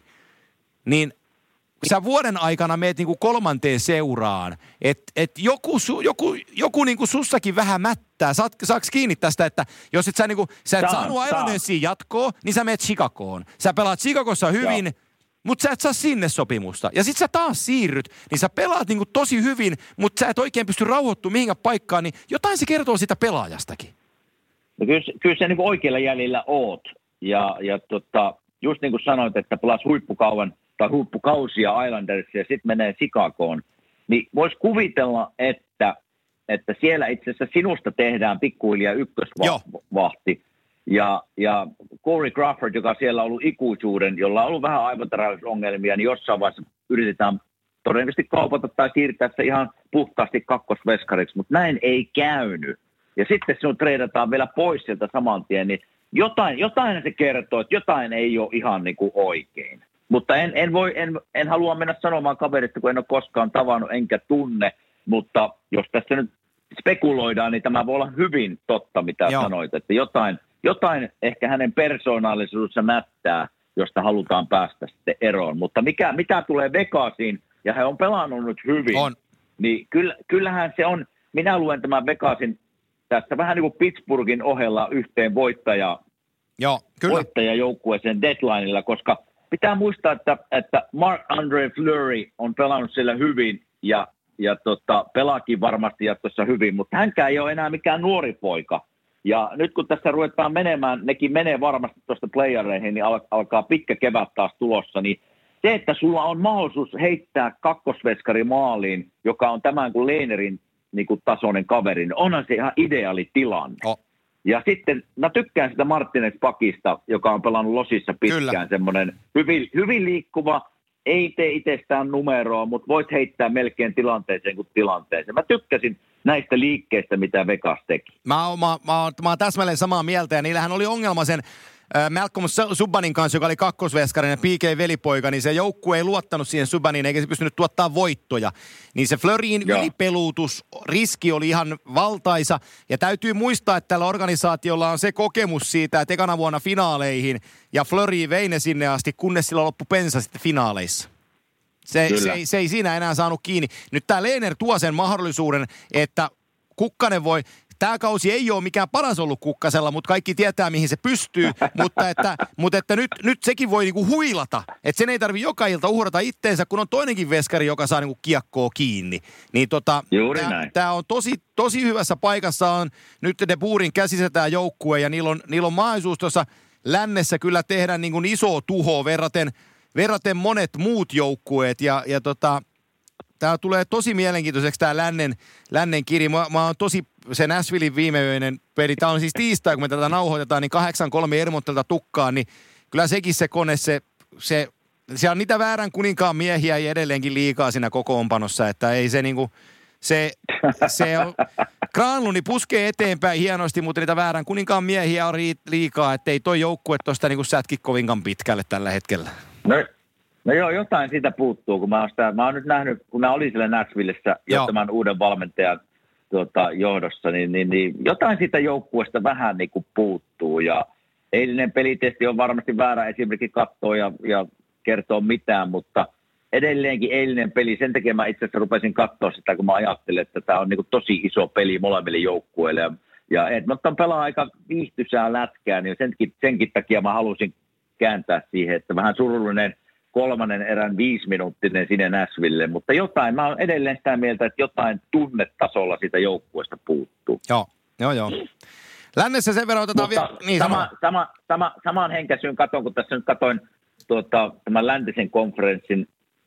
niin sä vuoden aikana meet niinku kolmanteen seuraan, että et joku, su, joku, joku niinku sussakin vähän mättää. Saat, saaks kiinni tästä, että jos et sä, niinku, sä et Saan, saanut Islandersiin jatkoa, niin sä meet Chicagoon. Sä pelaat Chicagossa hyvin, Joo. mutta sä et saa sinne sopimusta. Ja sit sä taas siirryt, niin sä pelaat niinku tosi hyvin, mutta sä et oikein pysty rauhoittumaan mihinkään paikkaan, niin jotain se kertoo sitä pelaajastakin. No kyllä, kyllä se niin oikealla jäljellä oot. Ja, ja tota, just niin kuin sanoit, että pelas huippukauan tai huippukausia Islandersia ja sitten menee Chicagoon, niin voisi kuvitella, että, että siellä itse asiassa sinusta tehdään pikkuhiljaa ykkösvahti. Ja, ja Corey Crawford, joka siellä on ollut ikuisuuden, jolla on ollut vähän aivotäräysongelmia, niin jossain vaiheessa yritetään todennäköisesti kaupata tai siirtää se ihan puhtaasti kakkosveskariksi, mutta näin ei käynyt. Ja sitten sinut treidataan vielä pois sieltä saman tien, niin jotain, jotain se kertoo, että jotain ei ole ihan niin kuin oikein. Mutta en, en, voi, en, en halua mennä sanomaan kaverista, kun en ole koskaan tavannut enkä tunne, mutta jos tässä nyt spekuloidaan, niin tämä voi olla hyvin totta, mitä Joo. sanoit, että jotain, jotain ehkä hänen persoonallisuudessa mättää, josta halutaan päästä sitten eroon. Mutta mikä, mitä tulee Vegasiin, ja he on pelannut nyt hyvin, on. niin kyllä, kyllähän se on, minä luen tämän Vegasin tässä vähän niin kuin Pittsburghin ohella yhteen voittaja, Joo, kyllä. voittajajoukkueeseen deadlineilla, koska pitää muistaa, että, että Marc-Andre Fleury on pelannut siellä hyvin ja, ja tota, pelaakin varmasti jatkossa hyvin, mutta hänkään ei ole enää mikään nuori poika. Ja nyt kun tässä ruvetaan menemään, nekin menee varmasti tuosta playereihin, niin al- alkaa pitkä kevät taas tulossa, niin se, että sulla on mahdollisuus heittää kakkosveskari maaliin, joka on tämän kuin Lehnerin niin kuin tasoinen kaveri, niin onhan se ihan ideaali tilanne. Oh. Ja sitten mä tykkään sitä Martinez-pakista, joka on pelannut Losissa pitkään, semmoinen hyvin, hyvin liikkuva, ei tee itsestään numeroa, mutta voit heittää melkein tilanteeseen kuin tilanteeseen. Mä tykkäsin näistä liikkeistä, mitä Vegas teki. Mä oon, mä, mä, oon, mä oon täsmälleen samaa mieltä, ja niillähän oli ongelma sen äh, Malcolm Subbanin kanssa, joka oli kakkosveskarin ja P K-velipoika, niin se joukkue ei luottanut siihen Subbaniin, eikä se pystynyt tuottaa voittoja. Niin se Fleurin ylipeluutus, riski oli ihan valtaisa, ja täytyy muistaa, että tällä organisaatiolla on se kokemus siitä, että ekana vuonna finaaleihin, ja Fleury vei ne sinne asti, kunnes sillä loppu pensa sitten finaaleissa. Se, se, ei, se ei siinä enää saanut kiinni. Nyt tämä Lehner tuo sen mahdollisuuden, että Kukkanen voi, tämä kausi ei ole mikään paras ollut Kukkasella, mutta kaikki tietää, mihin se pystyy, mutta että, mutta että nyt, nyt sekin voi niinku huilata, että sen ei tarvitse joka ilta uhrata itteensä, kun on toinenkin veskari, joka saa niinku kiekkoa kiinni. Niin tota, tämä on tosi, tosi hyvässä paikassa, on nyt De Boerin käsissä tämä joukkue, ja niillä on, niillä on mahdollisuus tuossa lännessä kyllä tehdä niinku iso tuho verraten, verraten monet muut joukkueet, ja, ja tota, tämä tulee tosi mielenkiintoiseksi tämä lännen, lännen kiri. Mä, mä oon tosi, se Nashvillein viimeinen peli, tämä on siis tiistai, kun me tätä nauhoitetaan, niin kahdeksan kolme Edmontonilta tukkaan, niin kyllä sekin se kone, se, se, se on niitä väärän kuninkaan miehiä ei edelleenkin liikaa siinä kokoonpanossa, että ei se niinku, se, se on, Granlundi puskee eteenpäin hienosti, mutta niitä väärän kuninkaan miehiä on liikaa, että ei toi joukkue tuosta niinku sätki kovinkaan pitkälle tällä hetkellä. No. No joo, jotain siitä puuttuu, kun mä oon, sitä, mä oon nyt nähnyt, kun mä olin siellä Nashvillessä jo tämän uuden valmentajan tuota, johdossa, niin, niin, niin jotain siitä joukkueesta vähän niin kuin puuttuu. Ja eilinen pelitesti on varmasti väärä esimerkiksi katsoa ja, ja kertoa mitään, mutta edelleenkin eilinen peli, sen takia mä itse asiassa rupesin katsoa sitä, kun mä ajattelin, että tämä on niin kuin tosi iso peli molemmille joukkueille. Ja, ja Edmonton pelaa aika viihtysää lätkää, niin senkin, senkin takia mä halusin kääntää siihen, että vähän surullinen kolmannen erän viisiminuuttinen sinne Nashville, mutta jotain, mä oon edelleen sitä mieltä, että jotain tunnetasolla siitä joukkueesta puuttuu. Joo, joo, joo. Lännessä sen verran otetaan vielä... Niin, sama, sama, sama, sama, saman henkäisyyn katon, kun tässä nyt katoin tuota, tämän läntisen konferenssin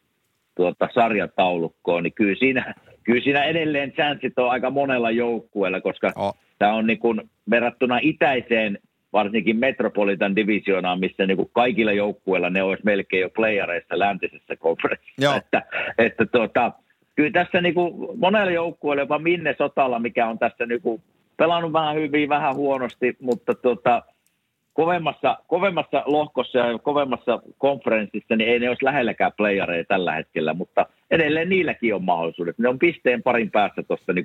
tuota, sarjataulukkoon, niin kyllä siinä, kyllä siinä edelleen chanssit on aika monella joukkueella, koska oh. tämä on niin kuin verrattuna itäiseen varsinkin Metropolitan divisioonaan, missä niin kuin kaikilla joukkueilla ne olisi melkein jo playereissa läntisessä konferenssissa. Että, että tuota, kyllä tässä niin kuin monella joukkueella, jopa Minnesotalla, mikä on tässä niin kuin pelannut vähän hyvin, vähän huonosti, mutta tuota, kovemmassa, kovemmassa lohkossa ja kovemmassa konferenssissa, niin ei ne olisi lähelläkään playereja tällä hetkellä, mutta edelleen niilläkin on mahdollisuudet. Ne on pisteen parin päässä tuosta niin kuin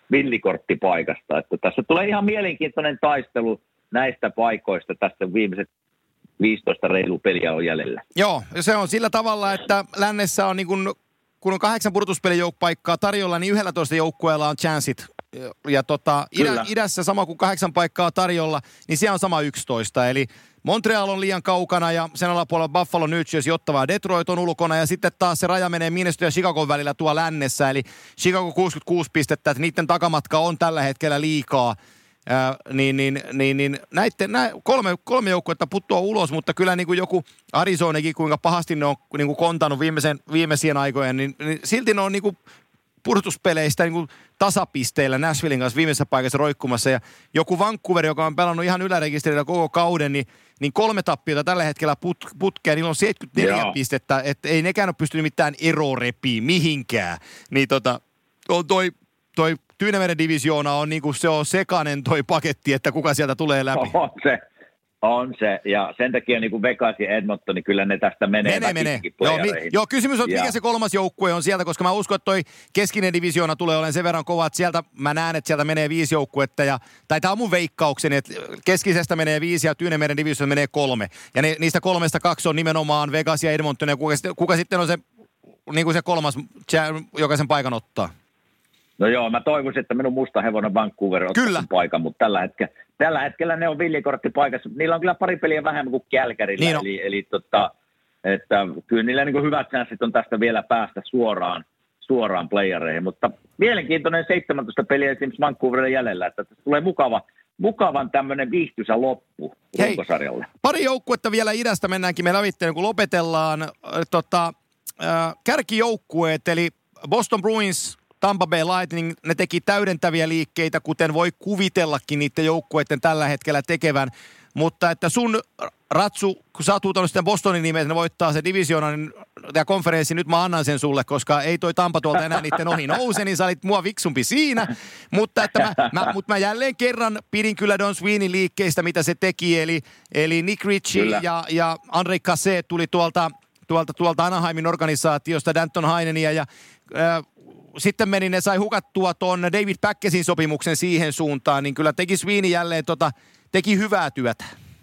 villikorttipaikasta. Että tässä tulee ihan mielenkiintoinen taistelu näistä paikoista. Tästä viimeiset viisitoista reilu peliä on jäljellä. Joo, ja se on sillä tavalla, että lännessä on niin kuin, kun on kahdeksan pudotuspelijoukpaikkaa tarjolla, niin yksitoista joukkueella on chanssit. Ja, ja tota, idä, idässä sama kuin kahdeksan paikkaa tarjolla, niin siellä on sama yksitoista. Eli Montreal on liian kaukana ja sen alapuolella Buffalo, New Jersey, Ottawa ja Detroit on ulkona. Ja sitten taas se raja menee Minnesota ja Chicagon välillä tuo lännessä. Eli Chicago kuusikymmentäkuusi pistettä, että niiden takamatka on tällä hetkellä liikaa. Ää, niin, niin, niin, niin näitten, nä, kolme, kolme joukkuetta putoaa ulos, mutta kyllä niin kuin joku Arizonakin, kuinka pahasti ne on niin kuin kontannut viimeisen, viimeisien aikojen, niin, niin silti ne on niin kuin pudotuspeleistä niin kuin tasapisteillä Nashvillein kanssa viimeisessä paikassa roikkumassa. Ja joku Vancouver, joka on pelannut ihan ylärekisterillä koko kauden, niin, niin kolme tappiota tällä hetkellä put, putkeen. Niillä on seitsemänkymmentäneljä Joo. pistettä, että ei nekään ole pystynyt mitään erorepiä mihinkään. Niin tota, on toi, toi Tyynemeren divisioona on niin kuin se on sekainen toi paketti, että kuka sieltä tulee läpi. On se. On se, ja sen takia niin kuin Vegas ja Edmonton, niin kyllä ne tästä menee. Menee, menee. Joo, mi- joo, kysymys on, ja. mikä se kolmas joukkue on sieltä, koska mä uskon, että toi keskinen divisioona tulee olemaan sen verran kova, että sieltä, mä näen, että sieltä menee viisi joukkuetta, ja, tai tää on mun veikkaukseni, että keskisestä menee viisi ja Tyynemeren divisioona menee kolme. Ja ne, niistä kolmesta kaksi on nimenomaan Vegas ja Edmonton, ja kuka, kuka sitten on se, niin kuin se kolmas, joka sen paikan ottaa? No joo, mä toivoisin, että minun musta hevonen Vancouver ottaa sen paikan, mutta tällä hetkellä, tällä hetkellä ne on villikorttipaikassa. Niillä on kyllä pari peliä vähemmän kuin Kälkärillä, niin eli, eli tota, että kyllä niillä niin kuin hyvät chanssit on tästä vielä päästä suoraan, suoraan playereihin. Mutta mielenkiintoinen seitsemäntoista peliä esimerkiksi Vancouverille jäljellä, että tulee mukava, mukavan tämmöinen viihtyisä loppu runkosarjalle. Pari joukkuetta vielä idästä mennäänkin me lävitteen, kun lopetellaan. Äh, tota, äh, kärkijoukkueet, eli Boston Bruins, Tampa Bay Lightning, ne teki täydentäviä liikkeitä, kuten voi kuvitellakin niiden joukkueiden tällä hetkellä tekevän. Mutta että sun, Ratsu, kun sä oot huutanut sitten Bostonin nimeä, että ne voittaa se divisioona, niin tämä konferenssi, nyt mä annan sen sulle, koska ei toi Tampa tuolta enää niiden ohi nouse, niin sä olit mua viksumpi siinä. Mutta että mä, mä, mutta mä jälleen kerran pidin kyllä Don Sweeneyn liikkeistä, mitä se teki, eli, eli Nick Ritchie ja, ja Andrei Cassé tuli tuolta, tuolta, tuolta Anaheimin organisaatiosta, Danton Heinen ja äh, sitten meni, ne sai hukattua tuon David Packesin sopimuksen siihen suuntaan, niin kyllä teki Sweeney jälleen tota, teki hyvää työtä.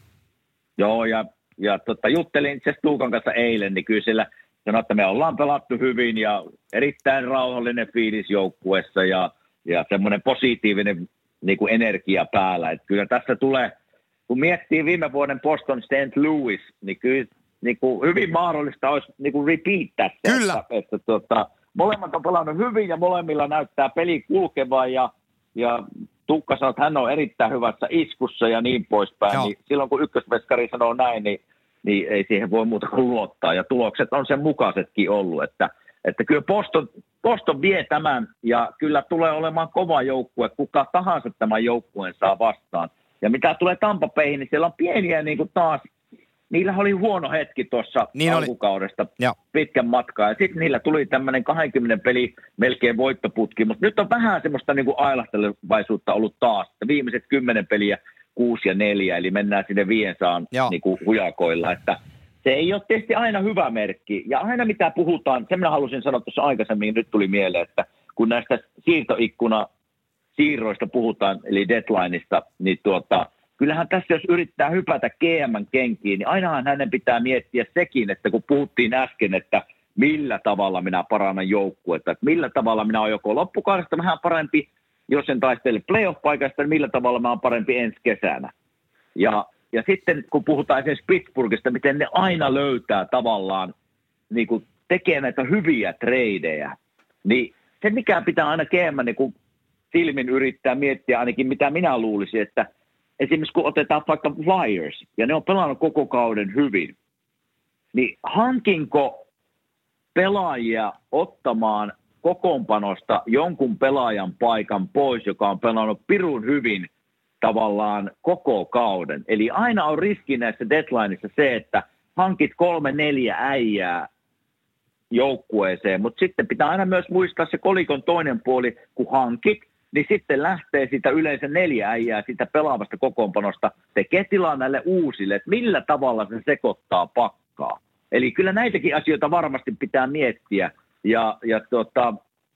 Joo, ja, ja tota, juttelin itse asiassa Tuukan kanssa eilen, niin kyllä sillä sanoi, että me ollaan pelattu hyvin ja erittäin rauhallinen fiilis joukkuessa ja, ja semmoinen positiivinen niin kuin energia päällä. Että kyllä tässä tulee, kun miettii viime vuoden Boston Saint Louis, niin kyllä niin kuin hyvin mahdollista olisi niin kuin repeat tässä. Kyllä. Että, että, tota, molemmat on pelannut hyvin ja molemmilla näyttää peli kulkevaa ja, ja Tuukka sanoo, että hän on erittäin hyvässä iskussa ja niin poispäin. Niin silloin kun ykkösveskari sanoo näin, niin, niin ei siihen voi muuta kuin luottaa. Ja tulokset on sen mukaisetkin ollut. Että, että kyllä Boston, Boston vie tämän ja kyllä tulee olemaan kova joukkue. Kuka tahansa tämän joukkueen saa vastaan. Ja mitä tulee Tampa Bayhin, niin siellä on pieniä niin kuin taas. Niillä oli huono hetki tuossa niin alkukaudesta oli. Pitkän matkaa. Ja sitten niillä tuli tämmöinen kaksikymmentä peli melkein voittoputki. Mutta nyt on vähän semmoista niinku ailahtelevaisuutta ollut taas. Että viimeiset kymmenen peliä kuusi ja neljä. Eli mennään sinne viiensaan niinku hujakoilla. Että se ei ole tietysti aina hyvä merkki. Ja aina mitä puhutaan, sen minä halusin sanoa tuossa aikaisemmin, nyt tuli mieleen, että kun näistä siirtoikkuna siirroista puhutaan, eli deadlineista, niin tuota... Kyllähän tässä, jos yrittää hypätä G M:n kenkiin, niin ainahan hänen pitää miettiä sekin, että kun puhuttiin äsken, että millä tavalla minä parannan joukkuetta, että millä tavalla minä olen joko loppukaudesta vähän parempi, jos en taistele playoff-paikasta, niin millä tavalla mä oon parempi ensi kesänä. Ja, ja sitten kun puhutaan esimerkiksi Pittsburghista, miten ne aina löytää tavallaan, niin kuin tekee näitä hyviä treidejä, niin se mikä pitää aina G M niin kuin silmin yrittää miettiä ainakin mitä minä luulisin, että esimerkiksi kun otetaan vaikka Flyers, ja ne on pelannut koko kauden hyvin, niin hankinko pelaajia ottamaan kokoonpanosta jonkun pelaajan paikan pois, joka on pelannut pirun hyvin tavallaan koko kauden. Eli aina on riski näissä deadlineissa se, että hankit kolme, neljä äijää joukkueeseen, mutta sitten pitää aina myös muistaa se kolikon toinen puoli, kun hankit, niin sitten lähtee sitä yleensä neljä äijää sitä pelaavasta kokoonpanosta, tekee tilaa näille uusille, että millä tavalla se sekoittaa pakkaa. Eli kyllä näitäkin asioita varmasti pitää miettiä. Ja, ja tota,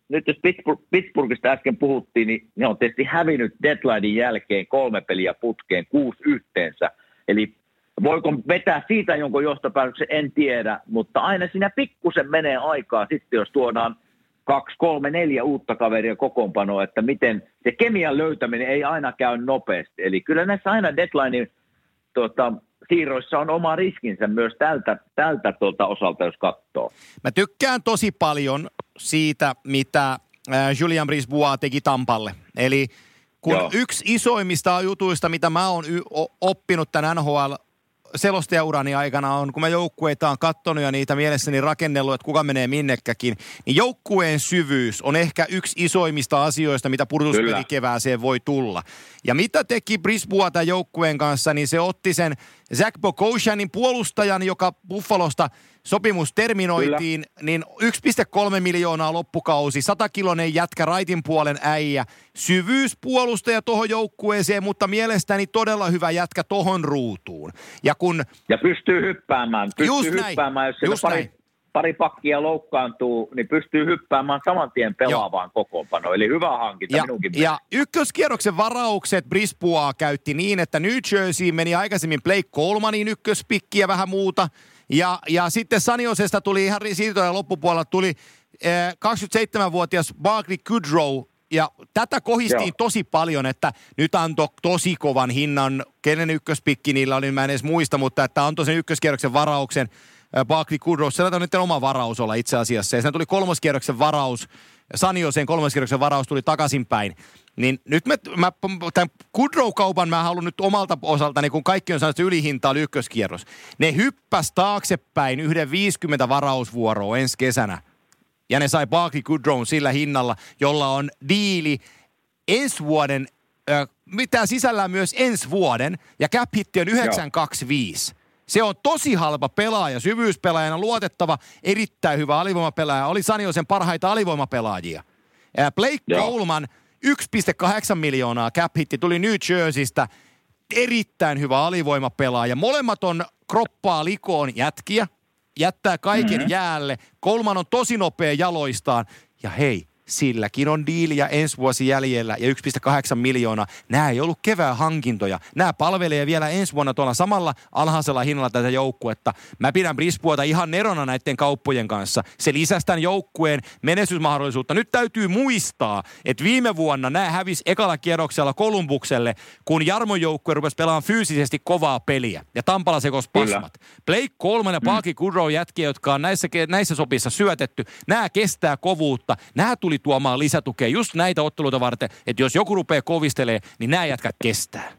nyt jos Pittsburgh, Pittsburghista äsken puhuttiin, niin ne on tietysti hävinnyt deadlinein jälkeen kolme peliä putkeen, kuusi yhteensä. Eli voiko vetää siitä jonkun johtopäätöksen, en tiedä, mutta aina siinä pikkusen menee aikaa sitten, jos tuodaan kaksi, kolme, neljä uutta kaveria kokoonpanoa, että miten se kemian löytäminen ei aina käy nopeasti. Eli kyllä näissä aina deadlinein tuota, siirroissa on oma riskinsä myös tältä, tältä tuota osalta, jos katsoo. Mä tykkään tosi paljon siitä, mitä äh, Julien Brisebois teki Tampalle. Eli kun Joo. yksi isoimmista jutuista, mitä mä oon y- oppinut tämän N H L selostajaurani aikana on, kun mä joukkueita on katsonut ja niitä mielessäni rakennellut, että kuka menee minnekäkin, niin joukkueen syvyys on ehkä yksi isoimmista asioista, mitä pudotuspelikevääseen voi tulla. Ja mitä teki Brisebois tämän joukkueen kanssa, niin se otti sen Zach Bogosianin puolustajan, joka Buffalosta sopimus terminoitiin, Kyllä. niin yksi pilkku kolme miljoonaa loppukausi, satakiloinen jätkä, raitin puolen äijä, syvyyspuolustaja tohon joukkueeseen, mutta mielestäni todella hyvä jätkä tohon ruutuun. Ja, kun... ja pystyy hyppäämään, pystyy just hyppäämään, näin. jos siellä pari, pari pakkia loukkaantuu, niin pystyy hyppäämään saman tien pelaavaan kokoonpanoon. Eli hyvä hankinta ja, minunkin Ja ykköskierroksen varaukset Brisebois käytti niin, että New Jersey meni aikaisemmin Blake Colemanin ykköspikki ja vähän muuta. Ja, ja sitten San Josesta tuli ihan siirtojen loppupuolella tuli eh, kaksikymmentäseitsemänvuotias Barclay Goodrow. Ja tätä kohistiin Joo. tosi paljon, että nyt antoi tosi kovan hinnan, kenen ykköspikki niillä oli, mä en edes muista, mutta että antoi sen ykköskierroksen varauksen äh, Barclay Goodrow. Se on nyt oma varaus olla itse asiassa. Ja sen tuli kolmoskierroksen varaus, San Joseen kolmoskierroksen varaus tuli takaisinpäin. Niin nyt mä, mä tämän Goodrow-kaupan mä haluan nyt omalta osaltani, kun kaikki on sanonut, että ylihinta oli ykköskierros. Ne hyppäs taaksepäin yhden viisikymmentä varausvuoroa ensi kesänä. Ja ne sai Barclay Goodrown sillä hinnalla, jolla on diili ensi vuoden, äh, mitä sisällään myös ensi vuoden, ja cap hitti on yhdeksän kaksikymmentäviisi. Se on tosi halpa pelaaja, syvyyspelaajana luotettava, erittäin hyvä alivoimapelaaja. Oli San Josen parhaita alivoimapelaajia. Äh, Blake Joo. Coleman, yksi pilkku kahdeksan miljoonaa cap hitti, tuli New Jerseystä, erittäin hyvä alivoimapelaaja. Molemmat on kroppaa likoon jätkiä. Jättää kaiken mm-hmm. jäälle. Coleman on tosi nopea jaloistaan. Ja hei, silläkin on diiliä ensi vuosi jäljellä ja yksi pilkku kahdeksan miljoonaa. Nämä ei ollut kevään hankintoja. Nämä palvelee vielä ensi vuonna tuolla samalla alhaisella hinnalla tätä joukkuetta. Mä pidän Briseboita ihan nerona näiden kauppojen kanssa. Se lisäsi tämän joukkueen menestysmahdollisuutta. Nyt täytyy muistaa, että viime vuonna nämä hävisi ekalla kierroksella Columbukselle, kun Jarmon joukkue rupesi pelaamaan fyysisesti kovaa peliä. Ja Tampala sekos pasmat. Blake Coleman ja Barclay Goodrow jätkiä, jotka on näissä, näissä sopissa syötetty. Nämä kestää kovuutta. Nämä tuli tuomaan lisätukea just näitä otteluita varten, että jos joku rupeaa kovistelemaan, niin nämä jätkät kestää.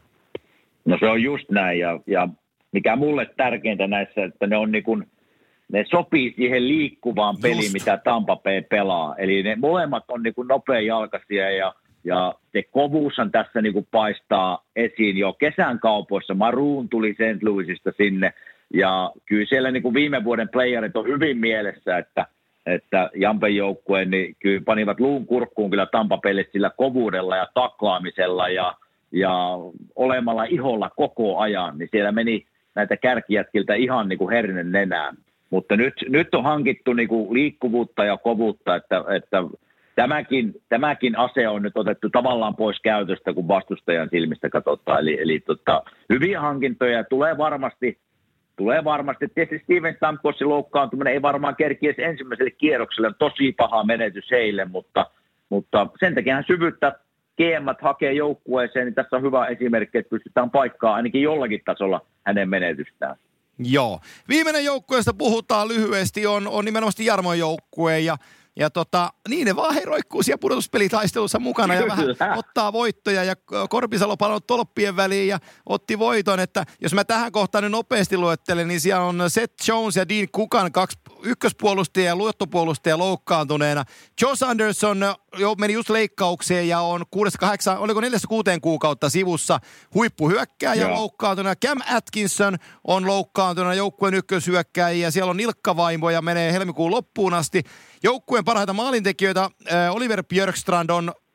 No se on just näin, ja, ja mikä mulle tärkeintä näissä, että ne on niin kuin, ne sopii siihen liikkuvaan peliin, just. Mitä Tampa Bay pelaa. Eli ne molemmat on niin kuin nopeajalkaisia, ja, ja se kovuushan tässä niin kuin paistaa esiin jo kesän kaupoissa. Maroon tuli Saint Louisista sinne, ja kyllä siellä niin kuin viime vuoden playerit on hyvin mielessä, että että Jampen joukkueen niin kyllä panivat luun kurkkuun kyllä Tampa Baylle sillä kovuudella ja taklaamisella ja, ja olemalla iholla koko ajan, niin siellä meni näitä kärkijätkiltä ihan niin kuin hernen nenään. Mutta nyt, nyt on hankittu niin kuin liikkuvuutta ja kovuutta, että, että tämäkin, tämäkin ase on nyt otettu tavallaan pois käytöstä, kun vastustajan silmistä katsotaan. Eli, eli tota, hyviä hankintoja tulee varmasti. Tulee varmasti. Tietysti Steven Stamkosin loukkaantuminen ei varmaan kerkiä ensimmäiselle kierrokselle. On tosi paha menetys heille, mutta, mutta sen takia syvyyttä G M:t hakee joukkueeseen, niin tässä on hyvä esimerkki, että pystytään paikkaa ainakin jollakin tasolla hänen menetystään. Joo. Viimeinen joukkueesta puhutaan lyhyesti, on, on nimenomaan Jarmon joukkue ja Ja tota, niin ne vaan he roikkuu siellä pudotuspelitaistelussa mukana ja vähän ottaa voittoja ja Korpisalo paloi tolppien väliin ja otti voiton, että jos mä tähän kohtaan nyt nopeasti luettelen, niin siellä on Seth Jones ja Dean Kukan, kaksi ykköspuolustajia ja luottopuolustajia loukkaantuneena. Josh Anderson jo meni just leikkaukseen ja on kuudesta kahdeksan, oliko neljästä kuuteen kuukautta sivussa huippuhyökkääjä loukkaantuneena. Cam Atkinson on loukkaantuneena joukkueen ykköshyökkääjä ja siellä on nilkkavaimo ja menee helmikuun loppuun asti. Joukkueen parhaita maalintekijöitä äh, Oliver Björkstrand on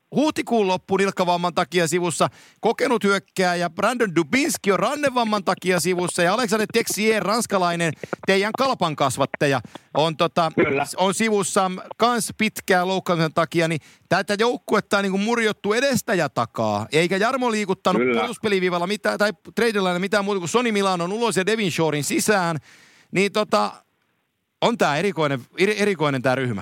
huhtikuun loppuun nilkkavamman takia sivussa, kokenut hyökkääjä Brandon Dubinski on rannevamman takia sivussa ja Alexander Texier, ranskalainen teidän kalpan kasvattaja, on, tota, on sivussa kans pitkään loukkaamisen takia, niin tätä joukkuetta on niin kuin murjottu edestä ja takaa, eikä Jarmo liikuttanut puoluspeliviivalla mitään, tai tradellainen mitään muuta kuin Sonny Milanon ulos ja Devin Shorin sisään, niin tota, on tää erikoinen, erikoinen tää ryhmä.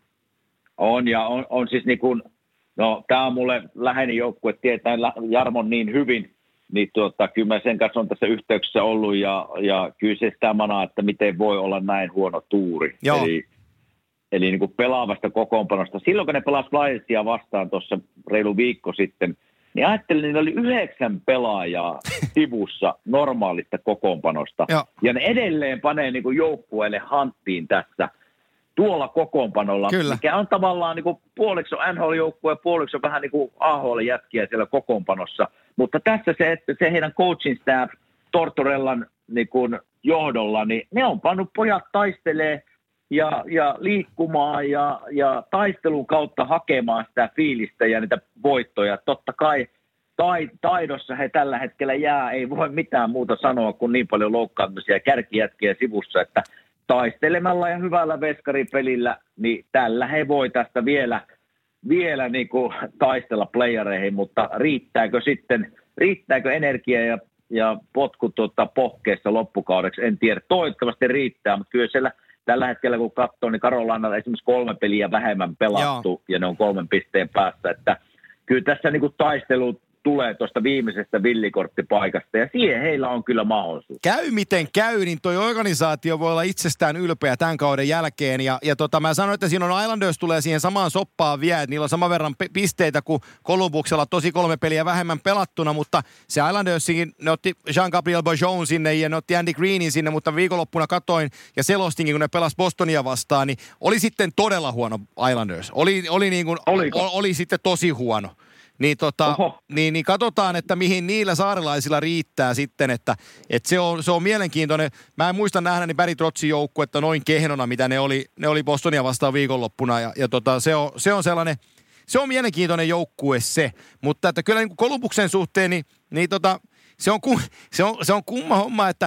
On, ja on, on siis niin kuin, no tämä on mulle läheinen joukkue, tietää Jarmon niin hyvin, niin tuota, kyllä mä sen kanssa on tässä yhteyksissä ollut, ja, ja kyllä se sitä manaa, että miten voi olla näin huono tuuri. Joo. Eli, eli niin kuin pelaavasta kokoonpanosta. Silloin kun ne pelasi Flyersia vastaan tuossa reilu viikko sitten, niin ajattelin, että niillä oli yhdeksän pelaajaa sivussa normaalista kokoonpanosta. Joo. Ja ne edelleen panee niin kuin joukkueelle hanttiin tässä tuolla kokoonpanolla, Kyllä. mikä on tavallaan niin kuin puoliksi on N H L-joukkue ja puoliksi on vähän niin kuin A H L-jätkiä siellä kokoonpanossa. Mutta tässä se, että se heidän coaching staff Tortorellan niin kuin johdolla, niin ne on pannut pojat taistelee ja, ja liikkumaan ja, ja taistelun kautta hakemaan sitä fiilistä ja niitä voittoja. Totta kai tai, taidossa he tällä hetkellä jää, ei voi mitään muuta sanoa kuin niin paljon loukkaantumisia kärkijätkiä sivussa, että taistelemalla ja hyvällä veskaripelillä, niin tällä he voi tästä vielä, vielä niin kuin taistella playereihin, mutta riittääkö sitten, riittääkö energia ja, ja potku tuota pohkeessa loppukaudeksi, en tiedä. Toivottavasti riittää, mutta kyllä siellä tällä hetkellä kun katsoo, niin Carolinalla esimerkiksi kolme peliä vähemmän pelattu Joo. ja ne on kolmen pisteen päässä, että kyllä tässä niin kuin taistelu tulee tuosta viimeisestä villikorttipaikasta, ja siihen heillä on kyllä mahdollisuus. Käy miten käy, niin toi organisaatio voi olla itsestään ylpeä tämän kauden jälkeen, ja, ja tota, mä sanoin, että siinä on Islanders tulee siihen samaan soppaan vielä, että niillä on saman verran pe- pisteitä kuin Columbuksella, tosi kolme peliä vähemmän pelattuna, mutta se Islandersikin, ne otti Jean-Gabriel Bajon sinne, ja ne otti Andy Greenin sinne, mutta viikonloppuna katoin, ja selostinkin, kun ne pelasi Bostonia vastaan, niin oli sitten todella huono Islanders. Oli, oli, niin kuin, o, oli sitten tosi huono. Niin, tota, niin, niin katsotaan, että mihin niillä saarelaisilla riittää sitten, että, että se, on, se on mielenkiintoinen. Mä en muista nähdä Barry Trotzin joukkuetta noin kehnona, mitä ne oli, ne oli Bostonia vastaan viikonloppuna. Ja, ja tota, se, on, se on sellainen, se on mielenkiintoinen joukkue se. Mutta että kyllä niin Columbuksen suhteen, niin, niin tota, se, on, se, on, se on kumma homma, että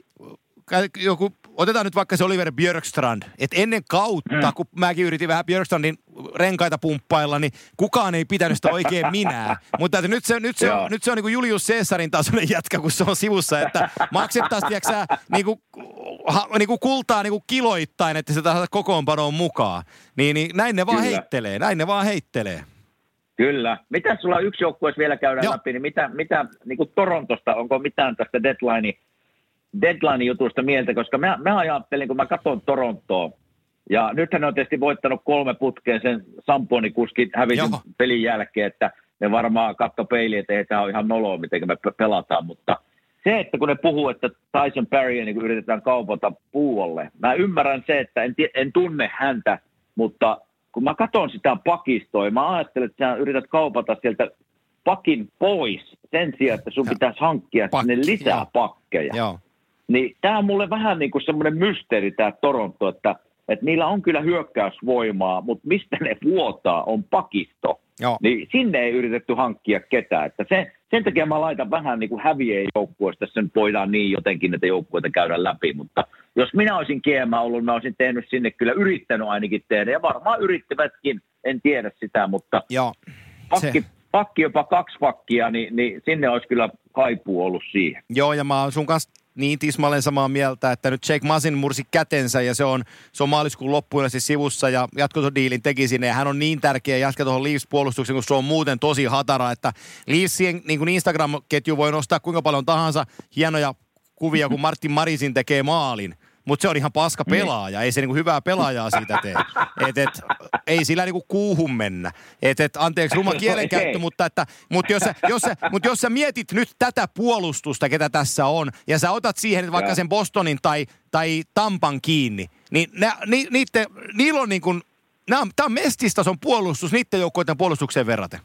joku, otetaan nyt vaikka se Oliver Björkstrand, että ennen kautta, mm. kun mäkin yritin vähän Björkstrandin renkaita pumppailla, niin kukaan ei pitänyt sitä oikein minää. Mutta että nyt se, nyt se on, nyt se on niin kuin Julius Caesarin tasoinen jätkä, kun se on sivussa, että maksettaisiin, tiedätkö sä, niin kuin, ha, niin kuin kultaa niin kuin kiloittain, että se taas kokoonpanoon mukaan. Niin, niin näin ne vaan Kyllä. heittelee, näin ne vaan heittelee. Kyllä. Mitä sulla yksi joukkueessa vielä käydään Joo. läpi, niin mitä, mitä niin kuin Torontosta, onko mitään tästä deadline deadline-jutusta mieltä, koska mä, mä ajattelin, kun mä katson Torontoa, ja nythän ne on tietysti voittanut kolme putkeen sen Samponi-kuskin hävisin Joo. pelin jälkeen, että ne varmaan katto peiliin, että ei tämä ole ihan noloa, miten me pelataan, mutta se, että kun ne puhuu, että Tyson Barrya niin yritetään kaupata puuolle, mä ymmärrän se, että en, en tunne häntä, mutta kun mä katson sitä pakistoa, mä ajattelen, että sä yrität kaupata sieltä pakin pois sen sijaan, että sun pitäisi hankkia Pakki, sinne lisää jo. pakkeja. Joo. Niin tämä on mulle vähän niin kuin semmoinen mysteeri tämä Toronto, että, että niillä on kyllä hyökkäysvoimaa, mutta mistä ne vuotaa on pakisto. Joo. Niin sinne ei yritetty hankkia ketään. Että se, sen takia mä laitan vähän niin kuin häviöjen joukkueesta, sen voidaan niin jotenkin näitä joukkueita käydä läpi. Mutta jos minä olisin G M ollut, mä olisin tehnyt sinne kyllä yrittänyt ainakin tehdä. Ja varmaan yrittivätkin, en tiedä sitä, mutta Joo. pakki, Se... pakki jopa kaksi pakkia, niin, niin sinne olisi kyllä kaipuu ollut siihen. Joo, ja mä oon sun kanssa niin tismalleen samaa mieltä, että nyt Jake Masin mursi kätensä ja se on, se on maaliskuun loppuun siis sivussa ja jatkotodiilin teki sinne ja hän on niin tärkeä jatka tuohon Leafs-puolustukseen, kun se on muuten tosi hatara, että Leafsien niin kuin Instagram-ketju voi nostaa kuinka paljon tahansa hienoja kuvia, kun Martin Marisin tekee maalin. Mutta se on ihan paska pelaaja, ei se niinku hyvää pelaajaa siitä tee. Et, et, ei sillä niinku kuuhun mennä. Et, et, anteeksi ruma kielenkäyttö, mutta, että, mutta jos, sä, jos, sä, mutta jos sä mietit nyt tätä puolustusta, ketä tässä on, ja sä otat siihen vaikka sen Bostonin tai, tai Tampan kiinni, niin ne, ni, niitte, niillä on niinku, tämä on mestistason puolustus niiden joukkoiden puolustukseen verraten.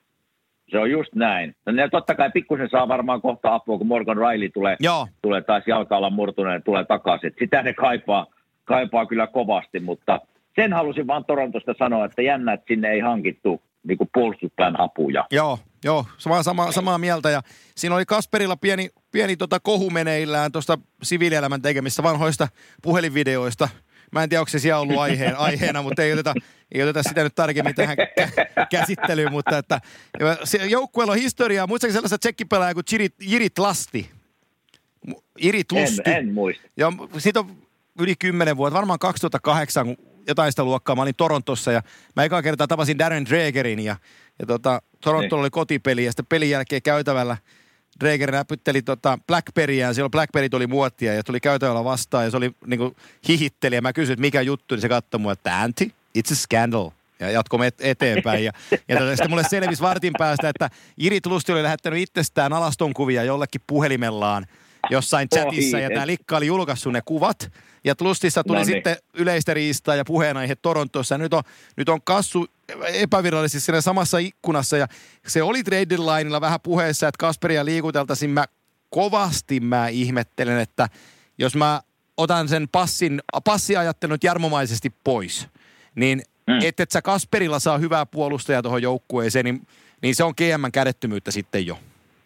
Se on just näin. Ne totta kai pikkusen saa varmaan kohta apua, kun Morgan Riley tulee, tulee taas jalka-alan murtuneen, tulee takaisin. Sitä ne kaipaa, kaipaa kyllä kovasti, mutta sen halusin vaan Torontosta sanoa, että jännä, että sinne ei hankittu niin kuin puolustuspään apuja. Joo, joo, samaa, samaa, samaa mieltä. Ja siinä oli Kasperilla pieni, pieni tota kohu meneillään tuosta siviilielämän tekemistä vanhoista puhelinvideoista. Mä en tiedä, onko se siellä ollut aiheen, aiheena, mutta ei oteta, ei oteta sitä nyt tarkemmin tähän kä- käsittelyyn. Mutta että joukkueella on historiaa. Muistatko sellaista tsekkipelaaja kuin Jirit, Jirit Lasti? Jirit Lusti. En, en muista. Ja siitä on yli kymmenen vuotta, varmaan kaksituhattakahdeksan jotain sitä luokkaa. Mä olin Torontossa ja mä ekaa kertaa tapasin Darren Dregerin ja, ja tota, Torontolla oli kotipeli ja sitten pelin jälkeen käytävällä Dreger näpytteli tota Blackberryään, silloin Blackberryt oli muottia ja tuli käytävällä vastaan ja se oli niinku hihitteli ja mä kysyin, että mikä juttu, niin se katsoi mua, että Antti, it's a scandal. Ja jatkoimme et- eteenpäin. Ja, ja tota, sitten mulle selvisi vartin päästä, että Jirit Lusti oli lähettänyt itsestään alastonkuvia jollekin puhelimellaan jossain chatissa Ohi, ja tämä likka oli julkaissut ne kuvat. Ja Lustissa tuli no niin. sitten yleistä riistaa ja puheenaihe Torontossa. Nyt on, nyt on kassu epävirallisesti siinä samassa ikkunassa ja se oli trade deadlineilla vähän puheessa, että Kasperia liikuteltaisiin. Mä kovasti mä ihmettelen, että jos mä otan sen passin, passiajattelun jarmomaisesti pois, niin mm. et, et sä Kasperilla saa hyvää puolustajaa tuohon joukkueeseen, niin, niin se on G M:n kädettömyyttä sitten jo.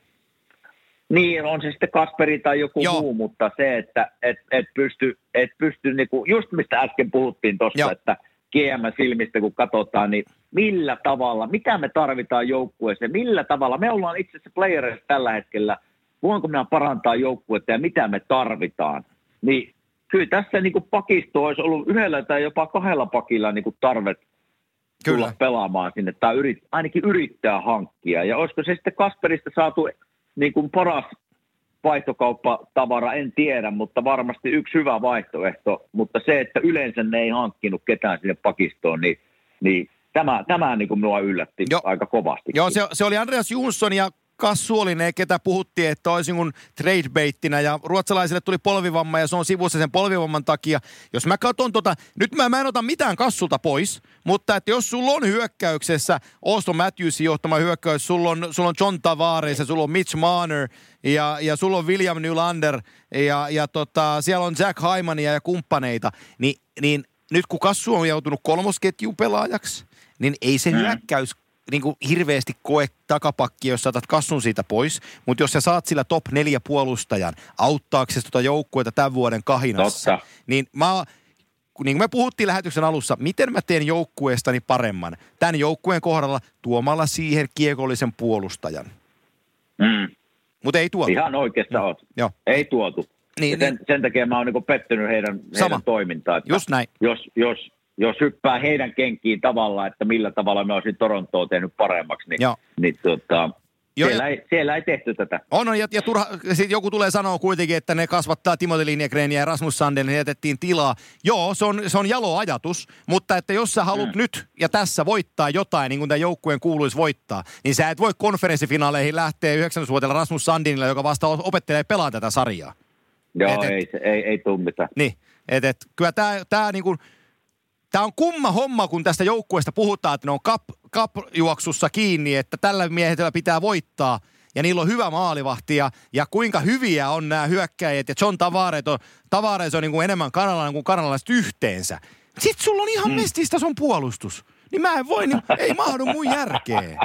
Niin, on se sitten Kasperi tai joku Joo. muu, mutta se, että et, et pysty, et pysty niinku, just mistä äsken puhuttiin tuossa, että G M-silmistä kun katsotaan, niin millä tavalla, mitä me tarvitaan joukkueeseen, millä tavalla, me ollaan itse asiassa playerissa tällä hetkellä, voinko minä parantaa joukkuetta ja mitä me tarvitaan, niin kyllä tässä niinku pakisto olisi ollut yhdellä tai jopa kahdella pakilla niinku tarvet tulla kyllä. pelaamaan sinne, tai yrit, ainakin yrittää hankkia, ja olisiko se sitten Kasperista saatu niin kuin paras vaihtokauppatavara, en tiedä, mutta varmasti yksi hyvä vaihtoehto. Mutta se, että yleensä ne ei hankkinut ketään sinne pakistoon, niin, niin tämä, tämä niin kuin minua yllätti jo. aika kovasti. Joo, se, se oli Andreas Jonsson ja Kassu oli ne, ketä puhuttiin, että olisi niin kuin trade-baittinä ja ruotsalaisille tuli polvivamma ja se on sivussa sen polvivamman takia. Jos mä katson tota, nyt mä, mä en ota mitään Kassulta pois, mutta että jos sulla on hyökkäyksessä Auston Matthewsin johtama hyökkäys, sulla on, sulla on John Tavares ja sulla on Mitch Marner ja, ja sulla on William Nylander ja, ja tota, siellä on Jack Hymania ja kumppaneita, niin, niin nyt kun Kassu on joutunut kolmosketjun pelaajaksi, niin ei se mm. hyökkäys niin kuin hirveästi koe takapakki, jos saatat Kassun siitä pois, mutta jos sä saat sillä top neljä puolustajan auttaaksesi tuota joukkuetta tämän vuoden kahinassa, Totta. niin mä, niin kuin me puhuttiin lähetyksen alussa, miten mä teen joukkueestani paremman tämän joukkueen kohdalla tuomalla siihen kiekollisen puolustajan. Mm. Mutta ei tuotu. Ihan oikeassa mm. oot. Joo. Ei tuotu. Niin, sen, niin. sen takia mä oon niin pettynyt heidän, heidän toimintaan. Just näin. Jos, jos Jos hyppää heidän kenkiin tavalla, että millä tavalla me olisin Torontoa tehnyt paremmaksi, niin, niin tuota, Joo, siellä, ei, siellä ei tehty tätä. On, on ja, ja turha, sit joku tulee sanoa kuitenkin, että ne kasvattaa Timothy Lindgrenia ja Rasmus Sandin, niin jätettiin tilaa. Joo, se on, se on jalo ajatus, mutta että jos sä haluat mm. nyt ja tässä voittaa jotain, niin kuin tämän joukkueen kuuluisi voittaa, niin sä et voi konferenssifinaaleihin lähteä yhdeksäntoistavuotiaalla Rasmus Sandinilla, joka vasta opettelee pelaa tätä sarjaa. Joo, et, ei, et, ei, ei tule mitään. Niin, että et, kyllä tämä tää niinku... Tämä on kumma homma, kun tästä joukkueesta puhutaan, että ne on cup, cup-juoksussa kiinni, että tällä miehellä pitää voittaa ja niillä on hyvä maalivahti ja, ja kuinka hyviä on nämä hyökkäjät ja John Tavares on, Tavares on niin kuin enemmän kanalainen kuin kanalaiset yhteensä. Sitten sulla on ihan mm. mestistason puolustus. Niin mä en voi, niin ei mahdu mun järkeen.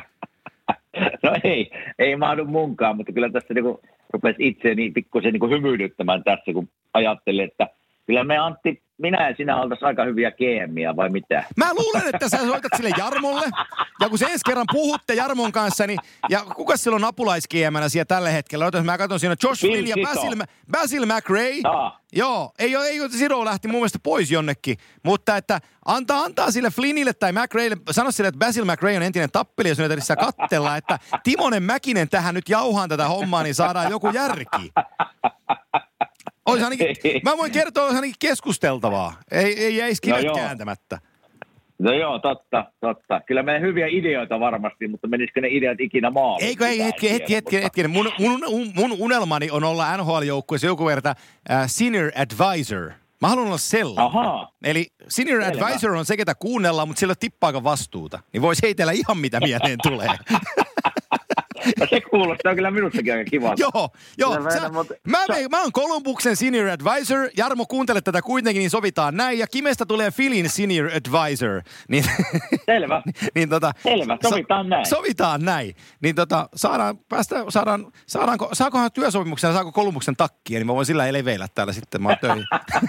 No ei, ei mahdu munkaan, mutta kyllä tässä niinku rupesi itseäni pikkusen niinku hymyilyttämään tässä, kun ajattelin, että kyllä me Antti, minä ja sinä oltaisiin aika hyviä G M:iä vai mitä? Mä luulen, että sä soitat sille Jarmolle. Ja kun se ensi kerran puhutte Jarmon kanssa, niin ja kuka silloin apulais-G M:nä siellä tällä hetkellä? Otas, mä katson siinä Josh Flynn ja Basil, Basil McRae. Ah. Joo, ei ole, ei ole, Siro lähti mun mielestä pois jonnekin. Mutta että antaa, antaa sille Flynnille tai McRaelle, sano sille, että Basil McRae on entinen tappeli, jos nyt tässä katsella, että Timonen Mäkinen tähän nyt jauhaan tätä hommaa, niin saadaan joku järki. Olisi ainakin, mä voin kertoa, olisi ainakin keskusteltavaa. Ei, ei jäisi kivet no kääntämättä. No joo, totta, totta. Kyllä meillä hyviä ideoita varmasti, mutta menisikö ne ideat ikinä maaliin? Eikö, ei, hetki, hetki, hetki, hetki. Mun, mun, mun unelmani on olla N H L-joukkueessa joku verta uh, senior advisor. Mä haluan olla sellainen. Ahaa. Eli senior Selvä. advisor on se, ketä kuunnellaan, mutta sillä tippaakaan vastuuta. Niin voisi heitellä ihan mitä mieleen tulee. No se kuulostaa kyllä minustakin aika kivalta. Joo, joo. Sä, Sä, mutta, mä, sä, mä oon Columbuksen senior advisor. Jarmo, kuuntele tätä kuitenkin, niin sovitaan näin. Ja Kimestä tulee Philin senior advisor. Niin, selvä. niin, tota, Selvä, sovitaan so, näin. Sovitaan näin. Niin tota, saadaan, päästä, saadaan, saadaanko, saakohan työsopimuksen, saako Columbuksen takkia, niin mä voin sillä eleveillä täällä sitten. Mä oon töihin.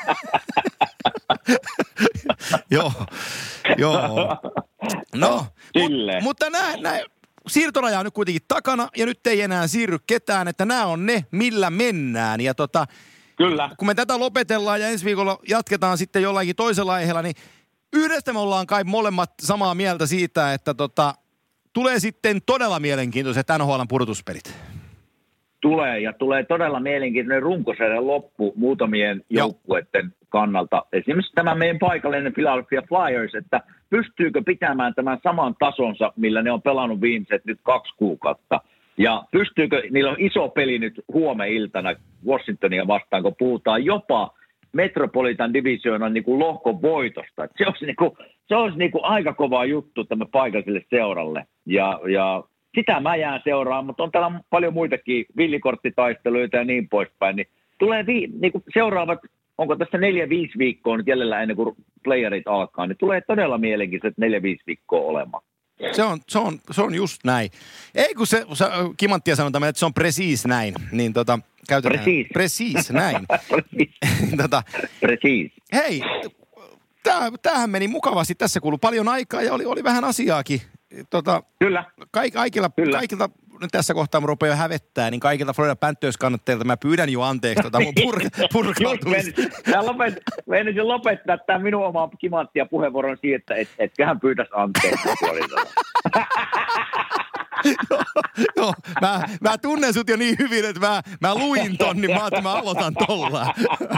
Joo, joo. No, mut, mutta näin, näin. Siirtoraja on nyt kuitenkin takana ja nyt ei enää siirry ketään, että nämä on ne, millä mennään. Ja tota, kyllä. Kun me tätä lopetellaan ja ensi viikolla jatketaan sitten jollakin toisella aiheella, niin yhdestä me ollaan kai molemmat samaa mieltä siitä, että tota, tulee sitten todella mielenkiintoiset N H L:n pudotuspelit. Tulee ja tulee todella mielenkiintoinen runkosarjan loppu muutamien joukkueiden kannalta. Esimerkiksi tämä meidän paikallinen Philadelphia Flyers, että pystyykö pitämään tämän saman tasonsa, millä ne on pelannut viimeiset nyt kaksi kuukautta. Ja pystyykö, niillä on iso peli nyt huomeniltana Washingtonia vastaan, kun puhutaan jopa Metropolitan Divisionan niin kuin lohkon voitosta. Se olisi, niin kuin, se olisi niin kuin aika kova juttu tämä paikalliselle seuralle. Ja, ja sitä mä jään seuraamaan, mutta on täällä paljon muitakin villikorttitaisteluita ja niin poispäin. Niin tulee vi, niin kuin seuraavat, onko tässä neljä, viisi viikkoa nyt jäljellä ennen kuin playerit alkaa, niin tulee todella mielenkiintoiset neljä, viisi viikkoa olemaan. Se on, se on, se on just näin. Ei kun se, se Kimanttia sanotaan, että se on presiis näin, niin tota, käytetään. Presiis. Presiis, näin. tota, presiis. Hei, tää, tämähän meni mukavasti, tässä kuului paljon aikaa ja oli, oli vähän asiaakin. Tota, Kyllä. Kaik, kaikilla, Kyllä. kaikilta, nyt tässä kohtaa mä rupean jo hävettää, niin kaikilta Florida Panthers-kannattajilta mä pyydän jo anteeksi tota mun pur- purkautumista. Mä lopet, menisin lopettaa tämän minun omaa Kimanttia puheenvuoron siihen, että et, etköhän pyydäisi anteeksi. joo, joo. Mä, mä tunnen sut jo niin hyvin, että mä, mä luin ton, niin mä, että mä aloitan tollaan.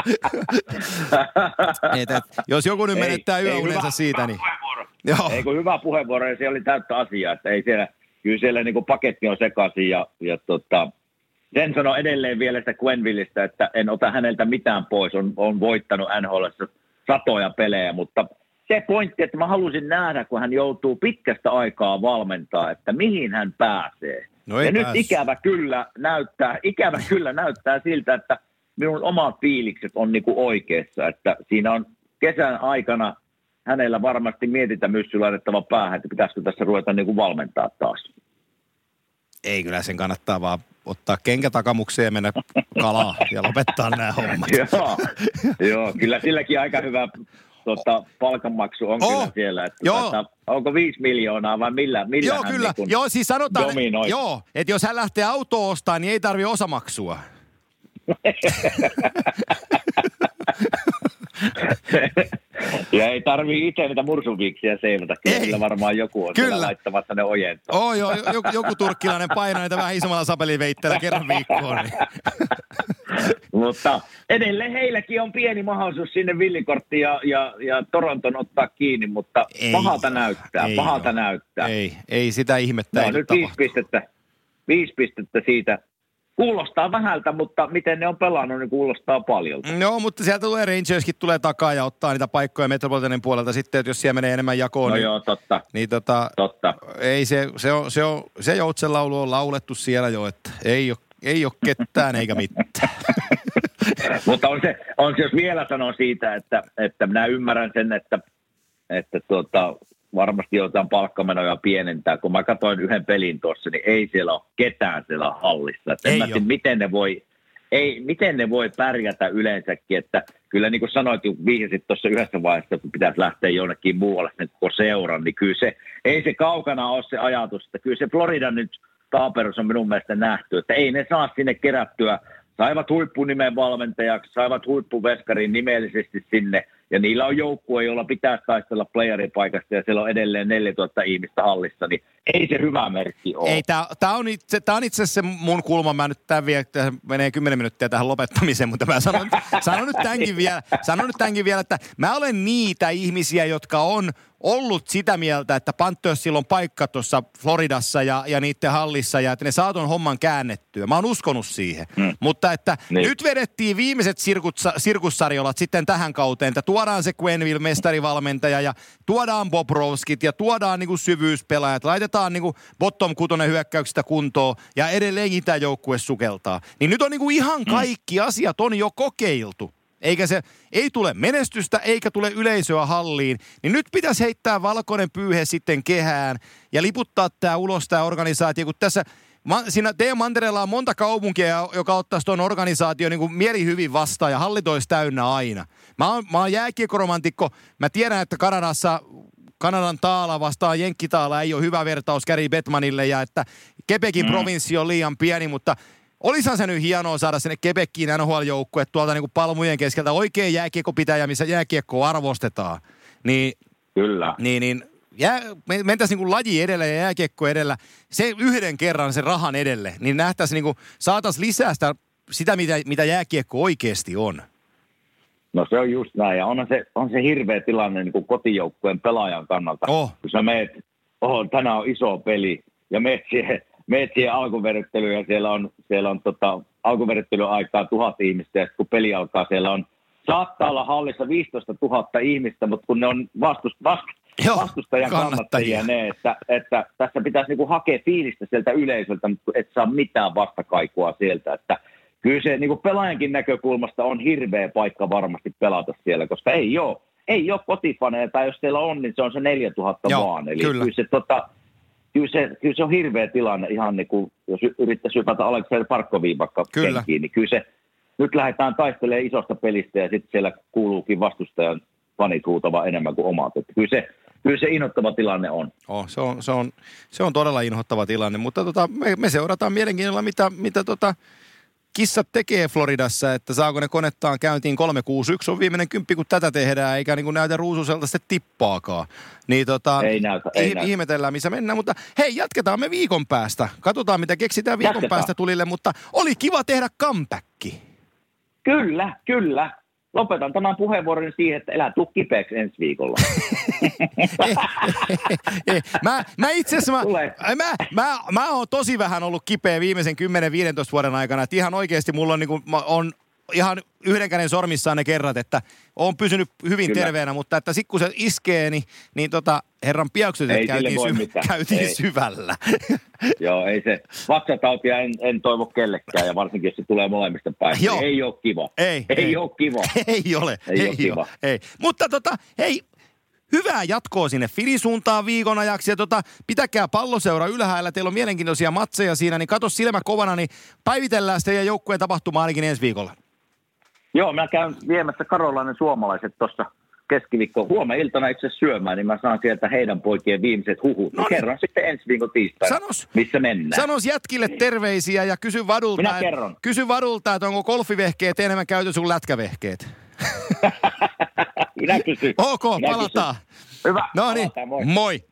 et, et, jos joku nyt menettää yöunensa siitä, niin... Joo. Ei kun hyvä puheenvuoro, ja se oli täyttä asiaa, että ei siellä, kyllä siellä niin kuin paketti on sekaisin, ja, ja tota, sen sanoo edelleen vielä sitä Quennevilleistä, että en ota häneltä mitään pois, on, on voittanut N H L:ssä satoja pelejä, mutta se pointti, että mä halusin nähdä, kun hän joutuu pitkästä aikaa valmentaa, että mihin hän pääsee. No ja pääs. nyt ikävä kyllä näyttää, ikävä kyllä näyttää siltä, että minun omat fiilikset on niin kuin oikeassa, että siinä on kesän aikana hänellä varmasti mietitä myssy laitettava päähän, että pitäisikö tässä ruveta niin kuin valmentaa taas. Ei, kyllä sen kannattaa vaan ottaa kenkä takamukseen ja mennä kalaa ja lopettaa nämä hommat. joo, joo, kyllä silläkin aika hyvä tota, palkanmaksu on oh, kyllä siellä. Että tota, onko viisi miljoonaa vai millä, millä joo, hän kyllä. niin joo, siis sanotaan, dominoi? Joo, että jos hän lähtee autoa ostamaan, niin ei tarvitse osamaksua. Ja ei tarvii itse niitä mursuviiksiä seivata. Kyllä varmaan joku on siellä laittamassa ne ojentoon. Oh, joo, joku, joku turkkilainen painaa niitä vähän isommalla sapeliveitteellä kerran viikkoon. Niin. Mutta edelleen heilläkin on pieni mahdollisuus sinne villikorttiin ja, ja, ja Toronton ottaa kiinni, mutta ei, pahalta näyttää, ei pahalta ole. näyttää. Ei, ei sitä ihmettä. No, ei nyt viisi pistettä, viisi pistettä siitä. Kuulostaa vähältä, mutta miten ne on pelannut, niin kuulostaa paljon. Joo, mutta sieltä tulee Rangerskin tulee takaa ja ottaa niitä paikkoja Metropolitanin puolelta sitten, että jos siellä menee enemmän jakoon. No niin, joo, totta. Niin tota, totta. Ei se, se, on, se, on, se Joutsen laulu on laulettu siellä jo, että ei ole, ei ole ketään eikä mitään. Mutta on se, on se, jos vielä sanon siitä, että, että minä ymmärrän sen, että, että tuota, varmasti joudutaan palkkamenoja pienentää. Kun mä katsoin yhden pelin tuossa, niin ei siellä ole ketään siellä hallissa. Että en mä tiedä, miten ne voi, ei, miten ne voi pärjätä yleensäkin. Että kyllä niin kuin sanoit, kun vihjasit tuossa yhdessä vaiheessa, kun pitäisi lähteä jonnekin muualle sen koko seuran, niin kyllä se, ei se kaukana ole se ajatus. Että kyllä se Florida nyt taaperus on minun mielestä nähty, että ei ne saa sinne kerättyä. Saivat huippunimen valmentajaksi, saivat huippuveskarin nimellisesti sinne, ja niillä on joukkue, jolla pitää taistella playerin paikasta, ja siellä on edelleen neljätuhatta ihmistä hallissa, niin ei se hyvä merkki ole. Ei, tämä on itse, tää on itse asiassa se mun kulma, mä nyt tämän vielä, menee kymmenen minuuttia tähän lopettamiseen, mutta mä sanon, sanon, nyt tämänkin vielä, sanon nyt tämänkin vielä, että mä olen niitä ihmisiä, jotka on ollut sitä mieltä, että Panthersilla on paikka tuossa Floridassa ja, ja niiden hallissa ja että ne saa ton homman käännettyä. Mä oon uskonut siihen. Mm. Mutta että niin. Nyt vedettiin viimeiset sirkutsa, sirkussarjolat sitten tähän kauteen, että tuodaan se Quenneville mestarivalmentaja ja tuodaan Bobrovskit ja tuodaan niinku syvyyspelaajat, laitetaan niinku bottom kutonen hyökkäyksistä kuntoon ja edelleenkin tämä joukkue sukeltaa. Niin nyt on niinku ihan kaikki mm. asiat on jo kokeiltu. Eikä se, ei tule menestystä, eikä tule yleisöä halliin, niin nyt pitäisi heittää valkoinen pyyhe sitten kehään ja liputtaa tämä ulos tämä organisaatio, kun tässä siinä teidän mantereella on monta kaupunkia, joka ottaisi tuon organisaation niin kuin mielihyvin vastaan ja hallinto olisi täynnä aina. Mä oon, mä oon jääkiekoromantikko, mä tiedän, että Kanadassa Kanadan taala vastaan jenkkitaala ei ole hyvä vertaus Gary Bettmanille ja että Quebecin mm. provinssi on liian pieni, mutta olisihan se nyt hienoa saada sinne Quebeciin N H L-joukkue tuolta niin kuin palmujen keskeltä oikein jääkiekkopitäjä, missä jääkiekkoa arvostetaan. Niin, Kyllä. Niin, niin jää, mentäisiin niin kuin laji edellä ja jääkiekko edellä, se yhden kerran sen rahan edelle, niin nähtäisiin niin kuin, saataisiin lisää sitä, sitä mitä, mitä jääkiekko oikeasti on. No se on just näin, ja on se, on se hirveä tilanne niin kuin kotijoukkueen pelaajan kannalta. Oh. Kun sä meet, oh, tänään on iso peli, ja meet siihen, meet siihen alkuveryttelyyn, ja siellä on, siellä on tota, alkuveryttelyn aikaa tuhat ihmistä, ja kun peli alkaa, siellä on, saattaa olla hallissa viisitoista tuhatta ihmistä, mutta kun ne on vastust, vast, Joo, vastustajan kannattajia, ne, että, että tässä pitäisi niinku hakea fiilistä sieltä yleisöltä, mutta et saa mitään vastakaikua sieltä, että kyllä se niin pelaajankin näkökulmasta on hirveä paikka varmasti pelata siellä, koska ei ole, ei ole kotifaneja, tai jos teillä on, niin se on se neljätuhatta Joo, vaan. Eli kyllä. Kyllä, se, tota, kyllä, se, kyllä se on hirveä tilanne ihan niin kuin, jos yrittäisi hypätä Aleksander Parkkoviin vaikka kenkiin, niin kyllä se, nyt lähdetään taistelemaan isosta pelistä ja sitten siellä kuuluukin vastustajan fanit huutava enemmän kuin omat. Että kyllä se, kyllä se inhottava tilanne on. Oh, se, on se, on, se on todella inhottava tilanne, mutta tota, me, me seurataan mielenkiinnolla, mitä, mitä tota kissat tekee Floridassa, että saako ne konettaan käyntiin kolme kuusi yksi on viimeinen kymppi, kun tätä tehdään, eikä niin kuin näytä ruususelta sitten tippaakaan. Niin tota, ei näytä, ei ih- näytä. Ihmetellään, missä mennään, mutta hei, jatketaan me viikon päästä. Katsotaan, mitä keksitään viikon jatketaan. päästä tulille, mutta oli kiva tehdä comebacki. Kyllä, kyllä. Lopetan tämän puheenvuoron siihen, että elää tuu kipeäksi ensi viikolla. ei, ei, ei. Mä, mä itse asiassa, mä, mä, mä, mä oon tosi vähän ollut kipeä viimeisen kymmenen viisitoista vuoden aikana. Että ihan oikeasti mulla on, niin kuin, on ihan yhden käden sormissaan ne kerrat, että oon pysynyt hyvin Kyllä. terveenä, mutta että sit kun se iskee, niin, niin tota, herran piaukset käytiin, syv- käytiin syvällä. Joo, ei se vatsatautia en, en toivo kellekään, ja varsinkin jos se tulee molemmista päin. Ei ole kiva. Ei, ei, ei ole kiva. Ei ole. Ei, ei ole kiva. Ei. Mutta tota, hei, hyvää jatkoa sinne Filin suuntaan viikon ajaksi, ja tota, pitäkää palloseura ylhäällä, teillä on mielenkiintoisia matseja siinä, niin kato silmä kovana, niin päivitellään sitä ja joukkueen tapahtumaa ainakin ensi viikolla. Joo, mä käyn viemässä Karolainen suomalaiset tuossa keskiviikkoon huomenna iltana itse syömään, niin mä saan sieltä heidän poikien viimeiset huhut. No niin. Kerron sitten ensi viikon tiistaina, sanos, missä mennään. Sanos jätkille terveisiä ja kysy vadulta, Minä kerron. Kysy vadulta, että onko golfivehkeet enemmän käytössä kuin lätkävehkeet. Minä kysyn. Ok, Minä palataan. Kysyn. Hyvä. No niin, moi. moi.